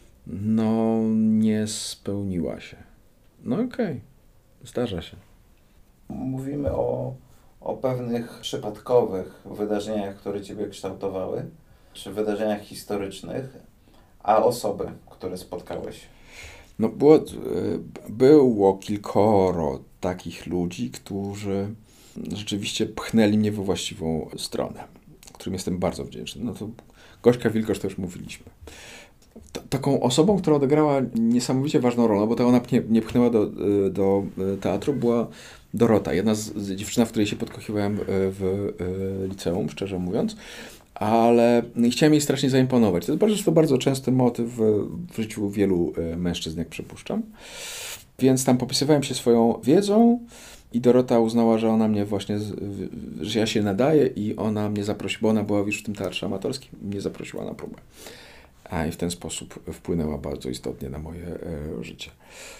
no nie spełniła się. No okej, okay. Zdarza się. Mówimy o, o pewnych przypadkowych wydarzeniach, które ciebie kształtowały, czy wydarzeniach historycznych, a osoby, które spotkałeś. No było, było kilkoro takich ludzi, którzy rzeczywiście pchnęli mnie we właściwą stronę, którym jestem bardzo wdzięczny. No to Gośka Wilkosz, to już mówiliśmy. T- taką osobą, która odegrała niesamowicie ważną rolę, bo to ona mnie, mnie pchnęła do, do teatru, była Dorota, jedna z, z dziewczyna, w której się podkochiwałem w, w liceum, szczerze mówiąc. Ale chciałem jej strasznie zaimponować. To jest bardzo, to bardzo częsty motyw w, w życiu wielu mężczyzn, jak przypuszczam. Więc tam popisywałem się swoją wiedzą i Dorota uznała, że ona mnie właśnie, że ja się nadaję i ona mnie zaprosiła, bo ona była już w tym teatrze amatorskim, mnie zaprosiła na próbę. A i w ten sposób wpłynęła bardzo istotnie na moje e, życie.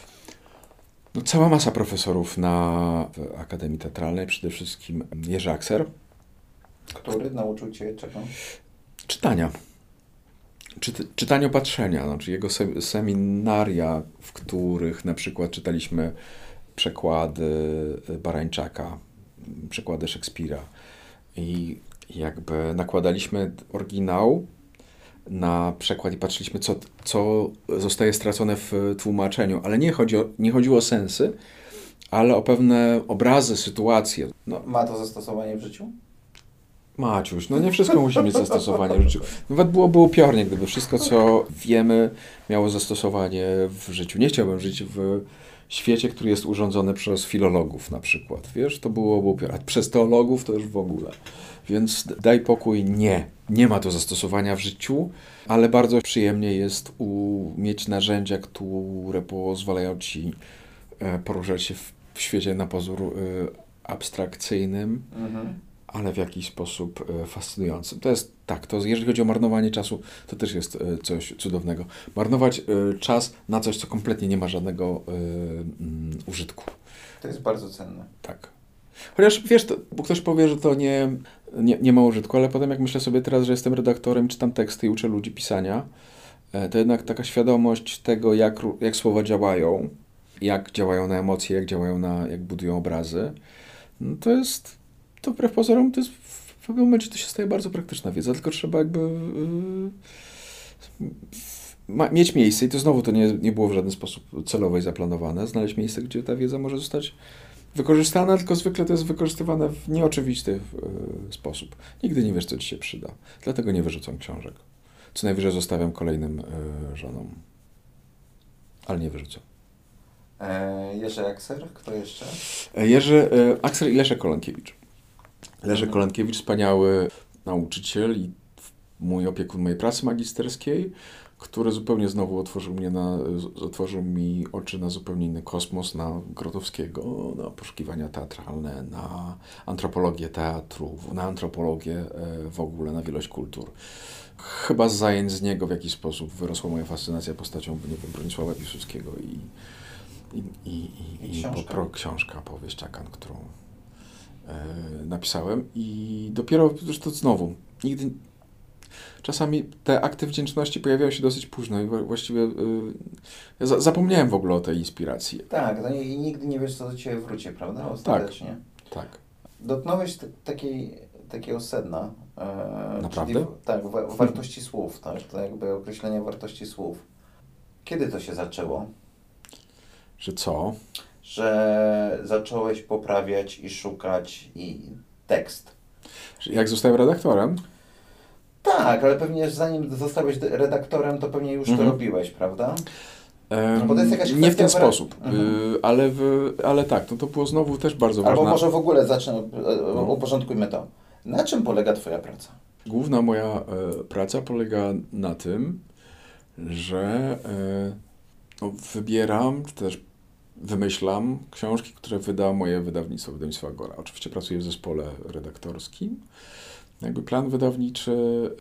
No, cała masa profesorów na w Akademii Teatralnej, przede wszystkim Jerzy Akser. Który nauczył cię czego? Czytania. Czyt, czytaniopatrzenia, znaczy jego se, seminaria, w których na przykład czytaliśmy przekłady Barańczaka, przekłady Szekspira i jakby nakładaliśmy oryginał na przekład i patrzyliśmy, co, co zostaje stracone w tłumaczeniu, ale nie, chodzi o, nie chodziło o sensy, ale o pewne obrazy, sytuacje. No. Ma to zastosowanie w życiu? Maciuś, no nie wszystko musi mieć zastosowanie w życiu. Nawet byłoby upiornie, gdyby wszystko, co wiemy, miało zastosowanie w życiu. Nie chciałbym żyć w świecie, który jest urządzony przez filologów na przykład. Wiesz, to byłoby upiornie. A przez teologów to już w ogóle. Więc daj pokój, nie. Nie ma to zastosowania w życiu, ale bardzo przyjemnie jest u, mieć narzędzia, które pozwalają ci poruszać się w, w świecie na pozór y, abstrakcyjnym, mhm. ale w jakiś sposób fascynującym. To jest tak, to jeżeli chodzi o marnowanie czasu, to też jest coś cudownego. Marnować czas na coś, co kompletnie nie ma żadnego um, użytku. To jest bardzo cenne. Tak. Chociaż wiesz, to, bo ktoś powie, że to nie, nie, nie ma użytku, ale potem jak myślę sobie teraz, że jestem redaktorem, czytam teksty i uczę ludzi pisania, to jednak taka świadomość tego, jak, jak słowa działają, jak działają na emocje, jak działają na, jak budują obrazy, no to jest to wbrew pozorom, to jest w pewnym momencie to się staje bardzo praktyczna wiedza, tylko trzeba jakby yy, ma, mieć miejsce i to znowu to nie, nie było w żaden sposób celowo i zaplanowane, znaleźć miejsce, gdzie ta wiedza może zostać wykorzystana, tylko zwykle to jest wykorzystywane w nieoczywisty yy, sposób. Nigdy nie wiesz, co ci się przyda. Dlatego nie wyrzucam książek. Co najwyżej zostawiam kolejnym yy, żonom. Ale nie wyrzucam. E, Jerzy Akser, kto jeszcze? Jerzy yy, Akser i Leszek Kolankiewicz. Leszek Kolankiewicz, wspaniały nauczyciel i mój opiekun mojej pracy magisterskiej, który zupełnie znowu otworzył mnie na, otworzył mi oczy na zupełnie inny kosmos, na Grotowskiego, na poszukiwania teatralne, na antropologię teatru, na antropologię w ogóle, na wielość kultur. Chyba z zajęć z niego w jakiś sposób wyrosła moja fascynacja postacią, nie wiem, Bronisława Piłsudskiego i, i, i, i, i po, pro, książka, powieść Czakan, którą e, napisałem i dopiero, zresztą znowu, nigdy czasami te akty wdzięczności pojawiają się dosyć późno i właściwie yy, ja za, zapomniałem w ogóle o tej inspiracji. Tak, no i, i nigdy nie wiesz, co do Ciebie wróci, prawda? Ostatecznie. Tak, tak. Dotknąłeś t- takiej, takiego sedna. E, Naprawdę? Czyli, tak, wa- wartości słów, tak? To jakby określenie wartości słów. Kiedy to się zaczęło? Że co? Że zacząłeś poprawiać i szukać i tekst. Że jak zostałem redaktorem? Tak, ale pewnie zanim zostałeś redaktorem, to pewnie już Mhm. to robiłeś, prawda? Um, Bo to jest jakaś nie w ten kwestia- sposób, Mhm. yy, ale, w, ale tak, no to było znowu też bardzo Albo ważne. może w ogóle zacznę, e, No. uporządkujmy to. Na czym polega Twoja praca? Główna moja e, praca polega na tym, że e, no, wybieram, czy też wymyślam książki, które wyda moje wydawnictwo, wydawnictwo Agora. Oczywiście pracuję w zespole redaktorskim. Jakby plan wydawniczy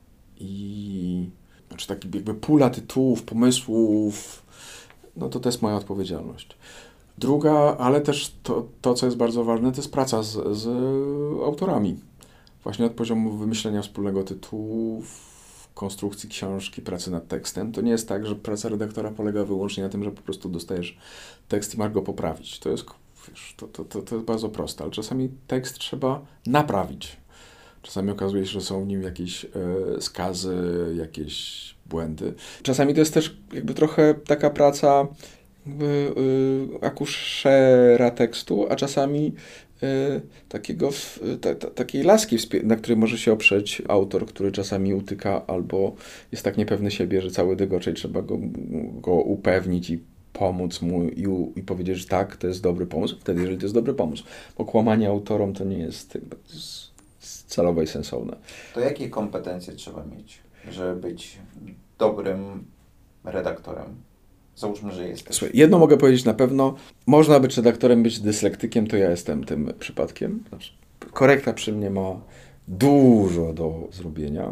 i znaczy taki jakby pula tytułów, pomysłów, no to to jest moja odpowiedzialność. Druga, ale też to, to co jest bardzo ważne, to jest praca z, z autorami. Właśnie od poziomu wymyślenia wspólnego tytułu, konstrukcji książki, pracy nad tekstem. To nie jest tak, że praca redaktora polega wyłącznie na tym, że po prostu dostajesz tekst i masz go poprawić. To jest, wiesz, to, to, to, to jest bardzo proste, ale czasami tekst trzeba naprawić. Czasami okazuje się, że są w nim jakieś e, skazy, jakieś błędy. Czasami to jest też jakby trochę taka praca jakby y, akuszera tekstu, a czasami y, takiego, ta, ta, takiej laski, na której może się oprzeć autor, który czasami utyka albo jest tak niepewny siebie, że cały dygoczej trzeba go, go upewnić i pomóc mu i, u, i powiedzieć, że tak, to jest dobry pomysł, wtedy jeżeli to jest dobry pomysł. Bo kłamanie autorom to nie jest, jakby, to jest celowe i sensowne. To jakie kompetencje trzeba mieć, żeby być dobrym redaktorem? Załóżmy, że jesteś. Słuchaj, jedno mogę powiedzieć na pewno, można być redaktorem, być dyslektykiem, to ja jestem tym przypadkiem. Znaczy, korekta przy mnie ma dużo do zrobienia.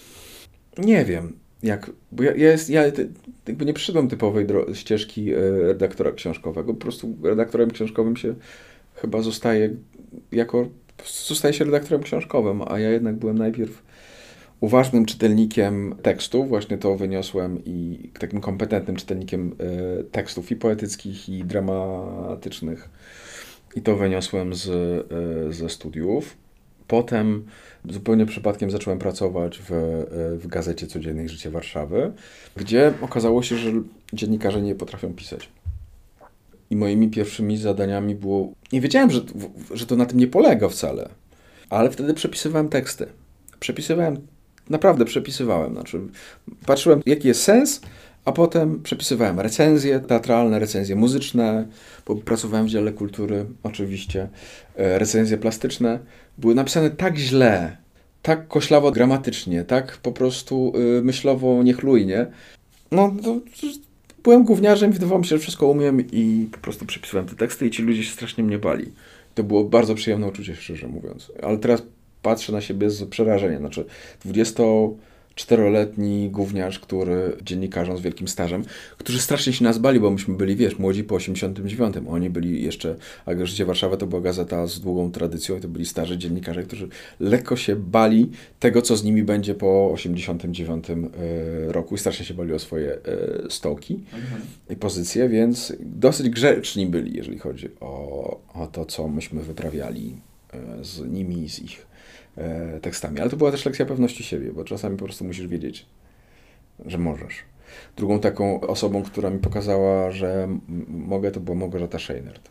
Nie wiem, jak, bo ja, ja, jest, ja jakby nie przyszedłem typowej dro- ścieżki e, redaktora książkowego, po prostu redaktorem książkowym się chyba zostaje jako, zostaje się redaktorem książkowym, a ja jednak byłem najpierw uważnym czytelnikiem tekstu, właśnie to wyniosłem i takim kompetentnym czytelnikiem e, tekstów i poetyckich, i dramatycznych. I to wyniosłem z, e, ze studiów. Potem zupełnie przypadkiem zacząłem pracować w, e, w Gazecie Codziennej Życie Warszawy, gdzie okazało się, że dziennikarze nie potrafią pisać. I moimi pierwszymi zadaniami było... Nie wiedziałem, że, że to na tym nie polega wcale, ale wtedy przepisywałem teksty. Przepisywałem Naprawdę przepisywałem, znaczy patrzyłem, jaki jest sens, a potem przepisywałem recenzje teatralne, recenzje muzyczne, bo pracowałem w dziale kultury, oczywiście, recenzje plastyczne. Były napisane tak źle, tak koślawo gramatycznie, tak po prostu myślowo niechlujnie. No, to, byłem gówniarzem, wydawało mi się, że wszystko umiem i po prostu przepisywałem te teksty i ci ludzie się strasznie mnie bali. To było bardzo przyjemne uczucie, szczerze mówiąc. Ale teraz patrzę na siebie z przerażeniem. Znaczy dwudziestoczteroletni gówniarz, który dziennikarzom z wielkim stażem, którzy strasznie się nas bali, bo myśmy byli, wiesz, młodzi po osiemdziesiątym dziewiątym. Oni byli jeszcze, a Życie Warszawa to była gazeta z długą tradycją i to byli starzy dziennikarze, którzy lekko się bali tego, co z nimi będzie po osiemdziesiątym dziewiątym roku i strasznie się bali o swoje stołki mhm. i pozycje, więc dosyć grzeczni byli, jeżeli chodzi o, o to, co myśmy wyprawiali z nimi, z ich tekstami. Ale to była też lekcja pewności siebie, bo czasami po prostu musisz wiedzieć, że możesz. Drugą taką osobą, która mi pokazała, że m- mogę, to była Małgorzata Scheinert.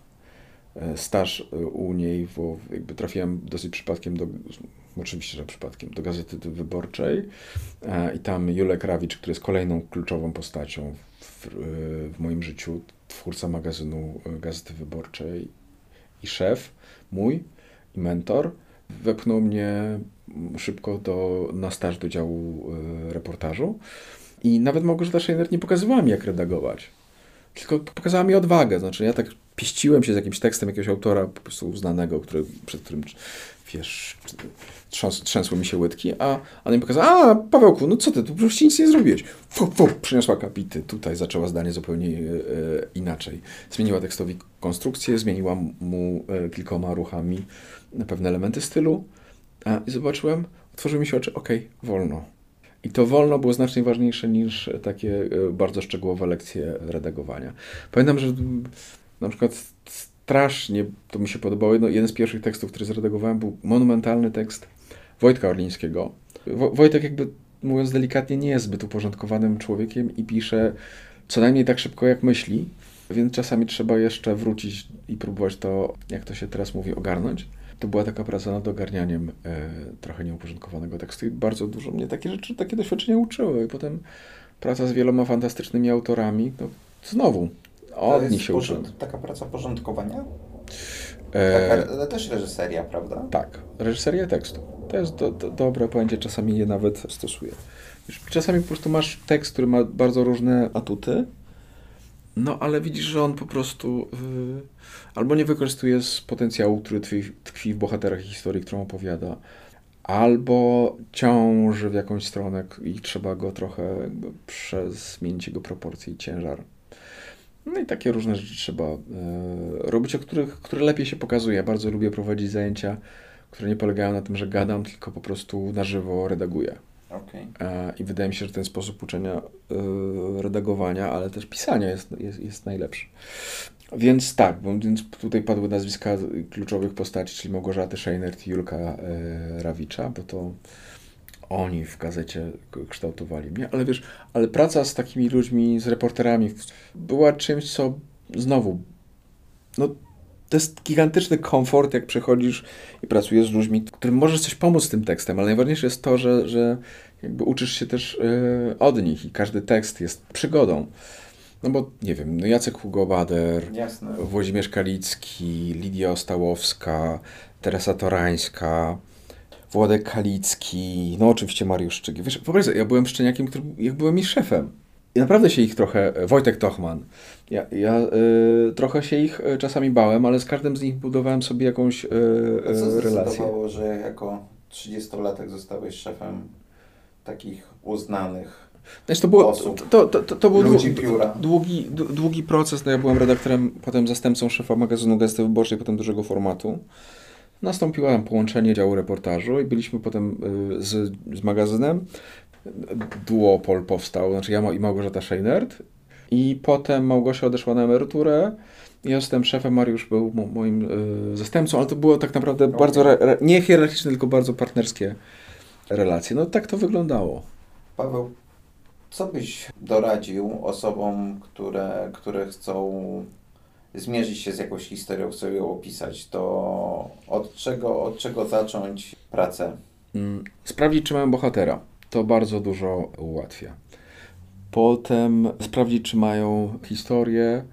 Staż u niej, bo jakby trafiłem dosyć przypadkiem do, oczywiście, że przypadkiem, do Gazety Wyborczej i tam Julek Rawicz, który jest kolejną kluczową postacią w, w moim życiu, twórca magazynu Gazety Wyborczej i szef mój i mentor, wepchnął mnie szybko do, na staż do działu y, reportażu I nawet Małgorzata Szejner nie pokazywała mi, jak redagować. Tylko pokazała mi odwagę. Znaczy, ja tak pieściłem się z jakimś tekstem jakiegoś autora po prostu znanego, który, przed którym, wiesz, trząs, trzęsły mi się łydki, a ona mi pokazała, a Pawełku, no co ty, tu przecież nic nie zrobiłeś. Fup, fup, przyniosła kapity, tutaj zaczęła zdanie zupełnie e, inaczej. Zmieniła tekstowi konstrukcję, zmieniła mu e, kilkoma ruchami pewne elementy stylu a, i zobaczyłem, otworzyły mi się oczy, okej, okay, wolno. I to wolno było znacznie ważniejsze niż takie bardzo szczegółowe lekcje redagowania. Pamiętam, że na przykład strasznie to mi się podobało. No, jeden z pierwszych tekstów, który zredagowałem, był monumentalny tekst Wojtka Orlińskiego. Wo- Wojtek, jakby mówiąc delikatnie, nie jest zbyt uporządkowanym człowiekiem i pisze co najmniej tak szybko, jak myśli, więc czasami trzeba jeszcze wrócić i próbować to, jak to się teraz mówi, ogarnąć. To była taka praca nad ogarnianiem e, trochę nieuporządkowanego tekstu i bardzo dużo mnie takie rzeczy, takie doświadczenia uczyły. I potem praca z wieloma fantastycznymi autorami, no znowu od nich się uczyłem. Taka praca porządkowania? E, taka, ale też reżyseria, prawda? Tak, reżyseria tekstu. To jest do, do, dobre pojęcie, czasami je nawet stosuję. Wiesz, czasami po prostu masz tekst, który ma bardzo różne atuty, no ale widzisz, że on po prostu yy, albo nie wykorzystuje z potencjału, który tkwi, tkwi w bohaterach historii, którą opowiada, albo ciąży w jakąś stronę i trzeba go trochę jakby przezmienić jego proporcje i ciężar. No i takie różne rzeczy trzeba yy, robić, o których, które lepiej się pokazuje. Ja bardzo lubię prowadzić zajęcia, które nie polegają na tym, że gadam, tylko po prostu na żywo redaguję. Okay. I wydaje mi się, że ten sposób uczenia y, redagowania, ale też pisania jest, jest, jest najlepszy. Więc tak, bo więc tutaj padły nazwiska kluczowych postaci, czyli Małgorzaty Szejner i Julka y, Rawicza, bo to oni w gazecie kształtowali mnie. Ale wiesz, ale praca z takimi ludźmi, z reporterami była czymś, co znowu, no to jest gigantyczny komfort, jak przychodzisz i pracujesz z ludźmi, którym możesz coś pomóc z tym tekstem, ale najważniejsze jest to, że, że jakby uczysz się też yy, od nich i każdy tekst jest przygodą. No bo, nie wiem, no Jacek Hugo-Bader, Jasne. Włodzimierz Kalicki, Lidia Ostałowska, Teresa Torańska, Włodek Kalicki, no oczywiście Mariusz Szczygiel. Wiesz, wyobraź sobie, ja byłem szczeniakiem, który, jak byłem ich szefem. I naprawdę się ich trochę, Wojtek Tochman, ja, ja y, trochę się ich czasami bałem, ale z każdym z nich budowałem sobie jakąś y, A co relację. zdecydowało, że jako trzydziestolatek zostałeś szefem takich uznanych Znaczy to, było, osób, to, to, to, to był ludzi długi, pióra? Długi, długi proces. No ja byłem redaktorem, potem zastępcą szefa magazynu Gazety Wyborczej, potem dużego formatu. Nastąpiło tam połączenie działu reportażu i byliśmy potem y, z, z magazynem. Duopol powstał, znaczy ja i Małgorzata Szejnert i potem Małgosia odeszła na emeryturę. Ja jestem szefem, Mariusz był mo- moim y, zastępcą, ale to było tak naprawdę okay. bardzo, re, re, nie hierarchiczne, tylko bardzo partnerskie relacje. No tak to wyglądało. Paweł, co byś doradził osobom, które, które chcą zmierzyć się z jakąś historią, chcą ją opisać, to od czego, od czego zacząć pracę? Mm, sprawdzić, czy mają bohatera. To bardzo dużo ułatwia. Potem sprawdzić, czy mają historię,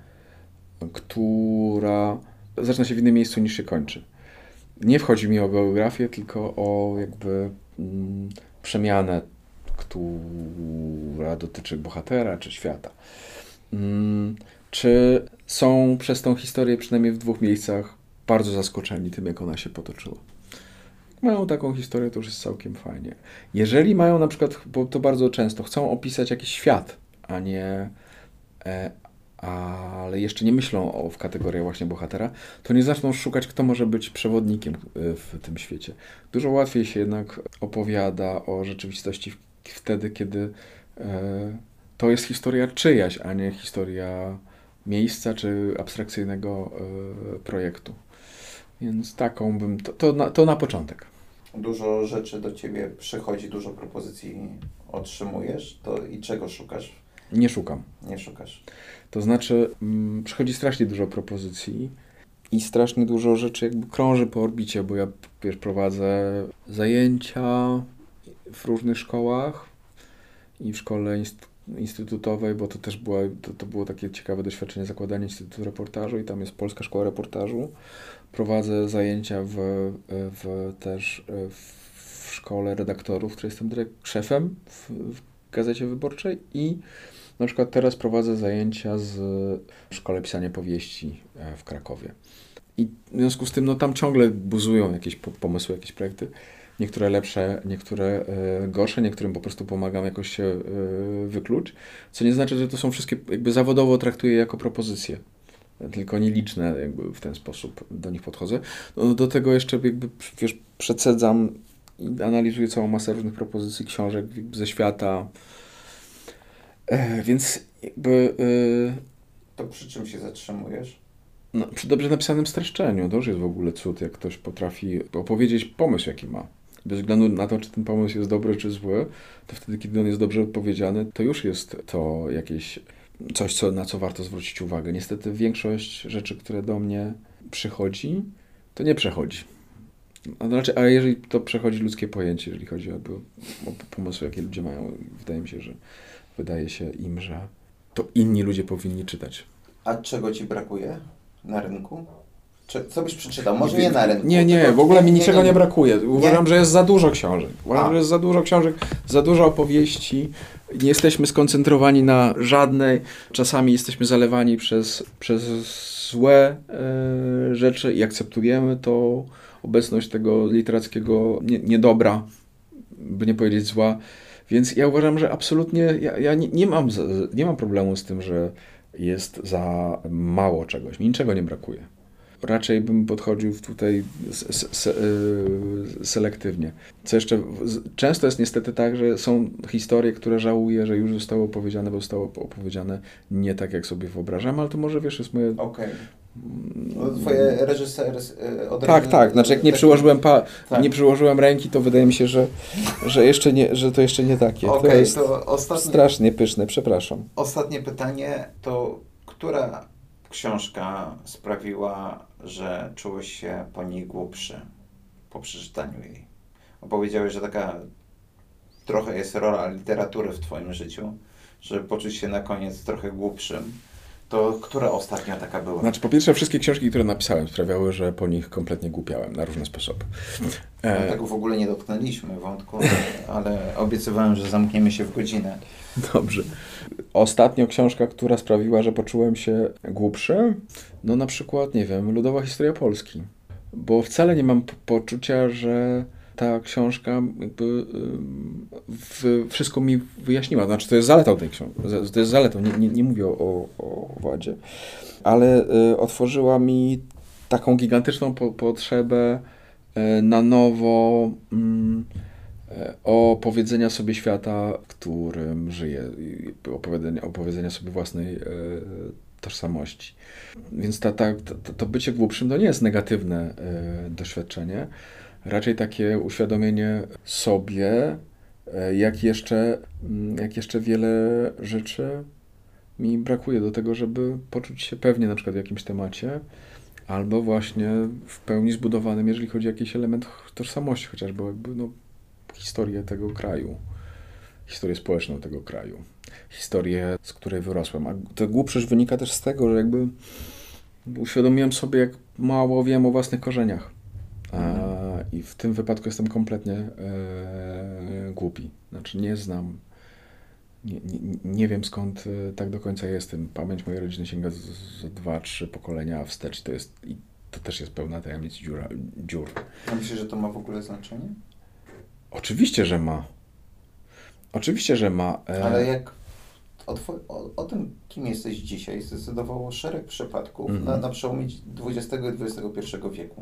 która zaczyna się w innym miejscu niż się kończy. Nie wchodzi mi o geografię, tylko o jakby mm, przemianę, która dotyczy bohatera czy świata. Mm, czy są przez tą historię przynajmniej w dwóch miejscach bardzo zaskoczeni tym, jak ona się potoczyła. Mają taką historię, to już jest całkiem fajnie. Jeżeli mają na przykład, bo to bardzo często, chcą opisać jakiś świat, a nie, e, ale jeszcze nie myślą o, w kategoriach właśnie bohatera, to nie zaczną szukać, kto może być przewodnikiem w tym świecie. Dużo łatwiej się jednak opowiada o rzeczywistości wtedy, kiedy e, to jest historia czyjaś, a nie historia miejsca czy abstrakcyjnego e, projektu. Więc taką bym, to, to, na, to na początek. Dużo rzeczy do ciebie przychodzi, dużo propozycji otrzymujesz, to i czego szukasz? Nie szukam. Nie szukasz. To znaczy, mm, przychodzi strasznie dużo propozycji i strasznie dużo rzeczy jakby krąży po orbicie, bo ja wiesz, prowadzę zajęcia w różnych szkołach i w szkole inst- instytutowej, bo to też była, to, to było takie ciekawe doświadczenie, zakładanie Instytutu Reportażu i tam jest Polska Szkoła Reportażu. Prowadzę zajęcia w, w też w szkole redaktorów, w której jestem dyrek- szefem w, w Gazecie Wyborczej i na przykład teraz prowadzę zajęcia z w Szkole Pisania Powieści w Krakowie. I w związku z tym no, tam ciągle buzują jakieś pomysły, jakieś projekty. Niektóre lepsze, niektóre y, gorsze, niektórym po prostu pomagam jakoś się y, wykluć. Co nie znaczy, że to są wszystkie, jakby zawodowo traktuję jako propozycje. Tylko nieliczne jakby w ten sposób do nich podchodzę. No, do tego jeszcze jakby, wiesz, przecedzam i analizuję całą masę różnych propozycji, książek ze świata. E, więc jakby... E, to przy czym się zatrzymujesz? No, przy dobrze napisanym streszczeniu. To już jest w ogóle cud, jak ktoś potrafi opowiedzieć pomysł, jaki ma. Bez względu na to, czy ten pomysł jest dobry, czy zły, to wtedy, kiedy on jest dobrze odpowiedziany, to już jest to jakieś coś, co, na co warto zwrócić uwagę. Niestety większość rzeczy, które do mnie przychodzi, to nie przechodzi. A, znaczy, a jeżeli to przechodzi ludzkie pojęcie, jeżeli chodzi o, o pomysły, jakie ludzie mają, wydaje mi się, że wydaje się im, że to inni ludzie powinni czytać. A czego ci brakuje na rynku? Czy, co byś przeczytał? Może nie na rynku. Nie, nie, w ogóle mi niczego nie, nie, nie brakuje. Uważam, nie? że jest za dużo książek. Uważam, A. że jest za dużo książek, za dużo opowieści. Nie jesteśmy skoncentrowani na żadnej. Czasami jesteśmy zalewani przez, przez złe e, rzeczy i akceptujemy to obecność tego literackiego nie, niedobra, by nie powiedzieć zła. Więc ja uważam, że absolutnie ja, ja nie, nie, mam, nie mam problemu z tym, że jest za mało czegoś. Mi niczego nie brakuje. Raczej bym podchodził tutaj se, se, selektywnie. Co jeszcze, często jest niestety tak, że są historie, które żałuję, że już zostały opowiedziane, bo zostały opowiedziane nie tak, jak sobie wyobrażam, ale to może, wiesz, jest moje... Okej. Okay. No, twoje reżyser od Tak, tak. Znaczy jak nie przyłożyłem, pa, tak. nie przyłożyłem ręki, to wydaje mi się, że, że, jeszcze nie, że to jeszcze nie takie. Okay, to jest to ostatnie, strasznie pyszne, przepraszam. Ostatnie pytanie to, która książka sprawiła, że czułeś się po niej głupszy po przeczytaniu jej? Opowiedziałeś, że taka trochę jest rola literatury w twoim życiu, żeby poczuć się na koniec trochę głupszym. To która ostatnia taka była? Znaczy, po pierwsze, wszystkie książki, które napisałem, sprawiały, że po nich kompletnie głupiałem na różne sposoby. No, e... tego w ogóle nie dotknęliśmy wątku, ale obiecywałem, że zamkniemy się w godzinę. Dobrze. Ostatnia książka, która sprawiła, że poczułem się głupszy, no na przykład, nie wiem, Ludowa historia Polski. Bo wcale nie mam poczucia, że ta książka jakby w, wszystko mi wyjaśniła. Znaczy, to jest zaletą tej książki. To jest zaletą, nie, nie, nie mówię o, o wadzie. Ale y, otworzyła mi taką gigantyczną po, potrzebę y, na nowo y, opowiedzenia sobie świata, w którym żyję. Opowiedzenia, opowiedzenia sobie własnej y, tożsamości. Więc ta, ta, to, to bycie głupszym to nie jest negatywne y, doświadczenie. Raczej takie uświadomienie sobie, jak jeszcze, jak jeszcze wiele rzeczy mi brakuje do tego, żeby poczuć się pewnie na przykład w jakimś temacie, albo właśnie w pełni zbudowanym, jeżeli chodzi o jakiś element tożsamości, chociażby jakby, no, historię tego kraju, historię społeczną tego kraju, historię, z której wyrosłem. A to głupszość wynika też z tego, że jakby uświadomiłem sobie, jak mało wiem o własnych korzeniach. A, I w tym wypadku jestem kompletnie e, głupi. Znaczy nie znam, nie, nie, nie wiem skąd e, tak do końca jestem. Pamięć mojej rodziny sięga z, z dwa, trzy pokolenia wstecz. To jest, i to też jest pełna tajemnic dziura, dziur. A myślisz, że to ma w ogóle znaczenie? Oczywiście, że ma. Oczywiście, że ma. E... Ale jak o, twoj, o, o tym, kim jesteś dzisiaj, zdecydowało szereg przypadków mm-hmm. na, na przełomie dwudziestego i dwudziestego pierwszego wieku.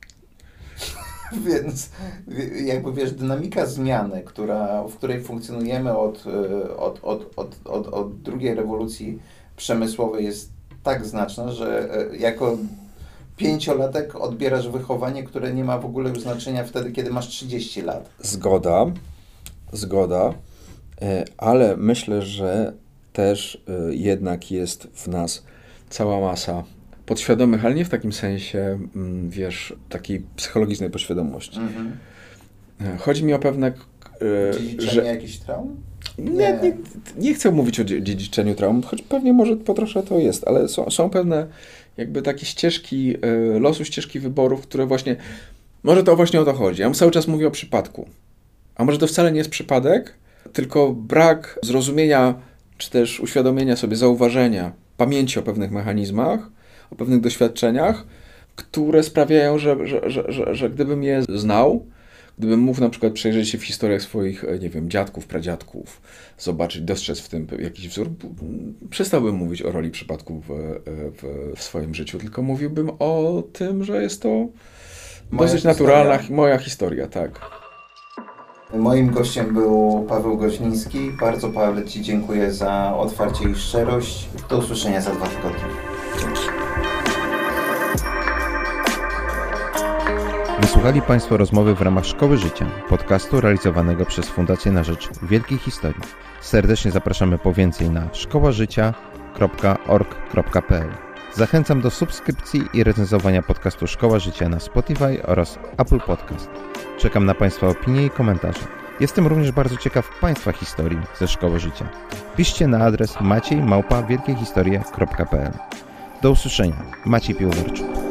Więc jakby wiesz, dynamika zmiany, która, w której funkcjonujemy od, od, od, od, od, od drugiej rewolucji przemysłowej jest tak znaczna, że jako pięciolatek odbierasz wychowanie, które nie ma w ogóle już znaczenia wtedy, kiedy masz trzydzieści lat. Zgoda, zgoda, ale myślę, że też jednak jest w nas cała masa podświadomych, ale nie w takim sensie, wiesz, takiej psychologicznej podświadomości. Mm-hmm. Chodzi mi o pewne... E, dziedziczenie że... jakichś traum? Nie. Nie, nie, nie chcę mówić o dziedziczeniu traum, choć pewnie może po trosze to jest, ale są, są pewne jakby takie ścieżki e, losu, ścieżki wyborów, które właśnie... Może to właśnie o to chodzi. Ja cały czas mówię o przypadku. A może to wcale nie jest przypadek, tylko brak zrozumienia, czy też uświadomienia sobie, zauważenia, pamięci o pewnych mechanizmach, o pewnych doświadczeniach, które sprawiają, że, że, że, że, że gdybym je znał, gdybym mógł na przykład przejrzeć się w historiach swoich, nie wiem, dziadków, pradziadków, zobaczyć, dostrzec w tym jakiś wzór, przestałbym mówić o roli przypadków w, w, w swoim życiu, tylko mówiłbym o tym, że jest to moja dosyć historia. naturalna moja historia, tak. Moim gościem był Paweł Goźliński. Bardzo, Paweł, Ci dziękuję za otwarcie i szczerość. Do usłyszenia za dwa tygodnie. Dzięki. Wysłuchali Państwo rozmowy w ramach Szkoły Życia, podcastu realizowanego przez Fundację na Rzecz Wielkiej Historii. Serdecznie zapraszamy po więcej na szkoła życia kropka org kropka p l. Zachęcam do subskrypcji i recenzowania podcastu Szkoła Życia na Spotify oraz Apple Podcast. Czekam na Państwa opinie i komentarze. Jestem również bardzo ciekaw Państwa historii ze Szkoły Życia. Piszcie na adres maciej małpa wielkiehistorie kropka p l. Do usłyszenia. Maciej Piłowarczuk.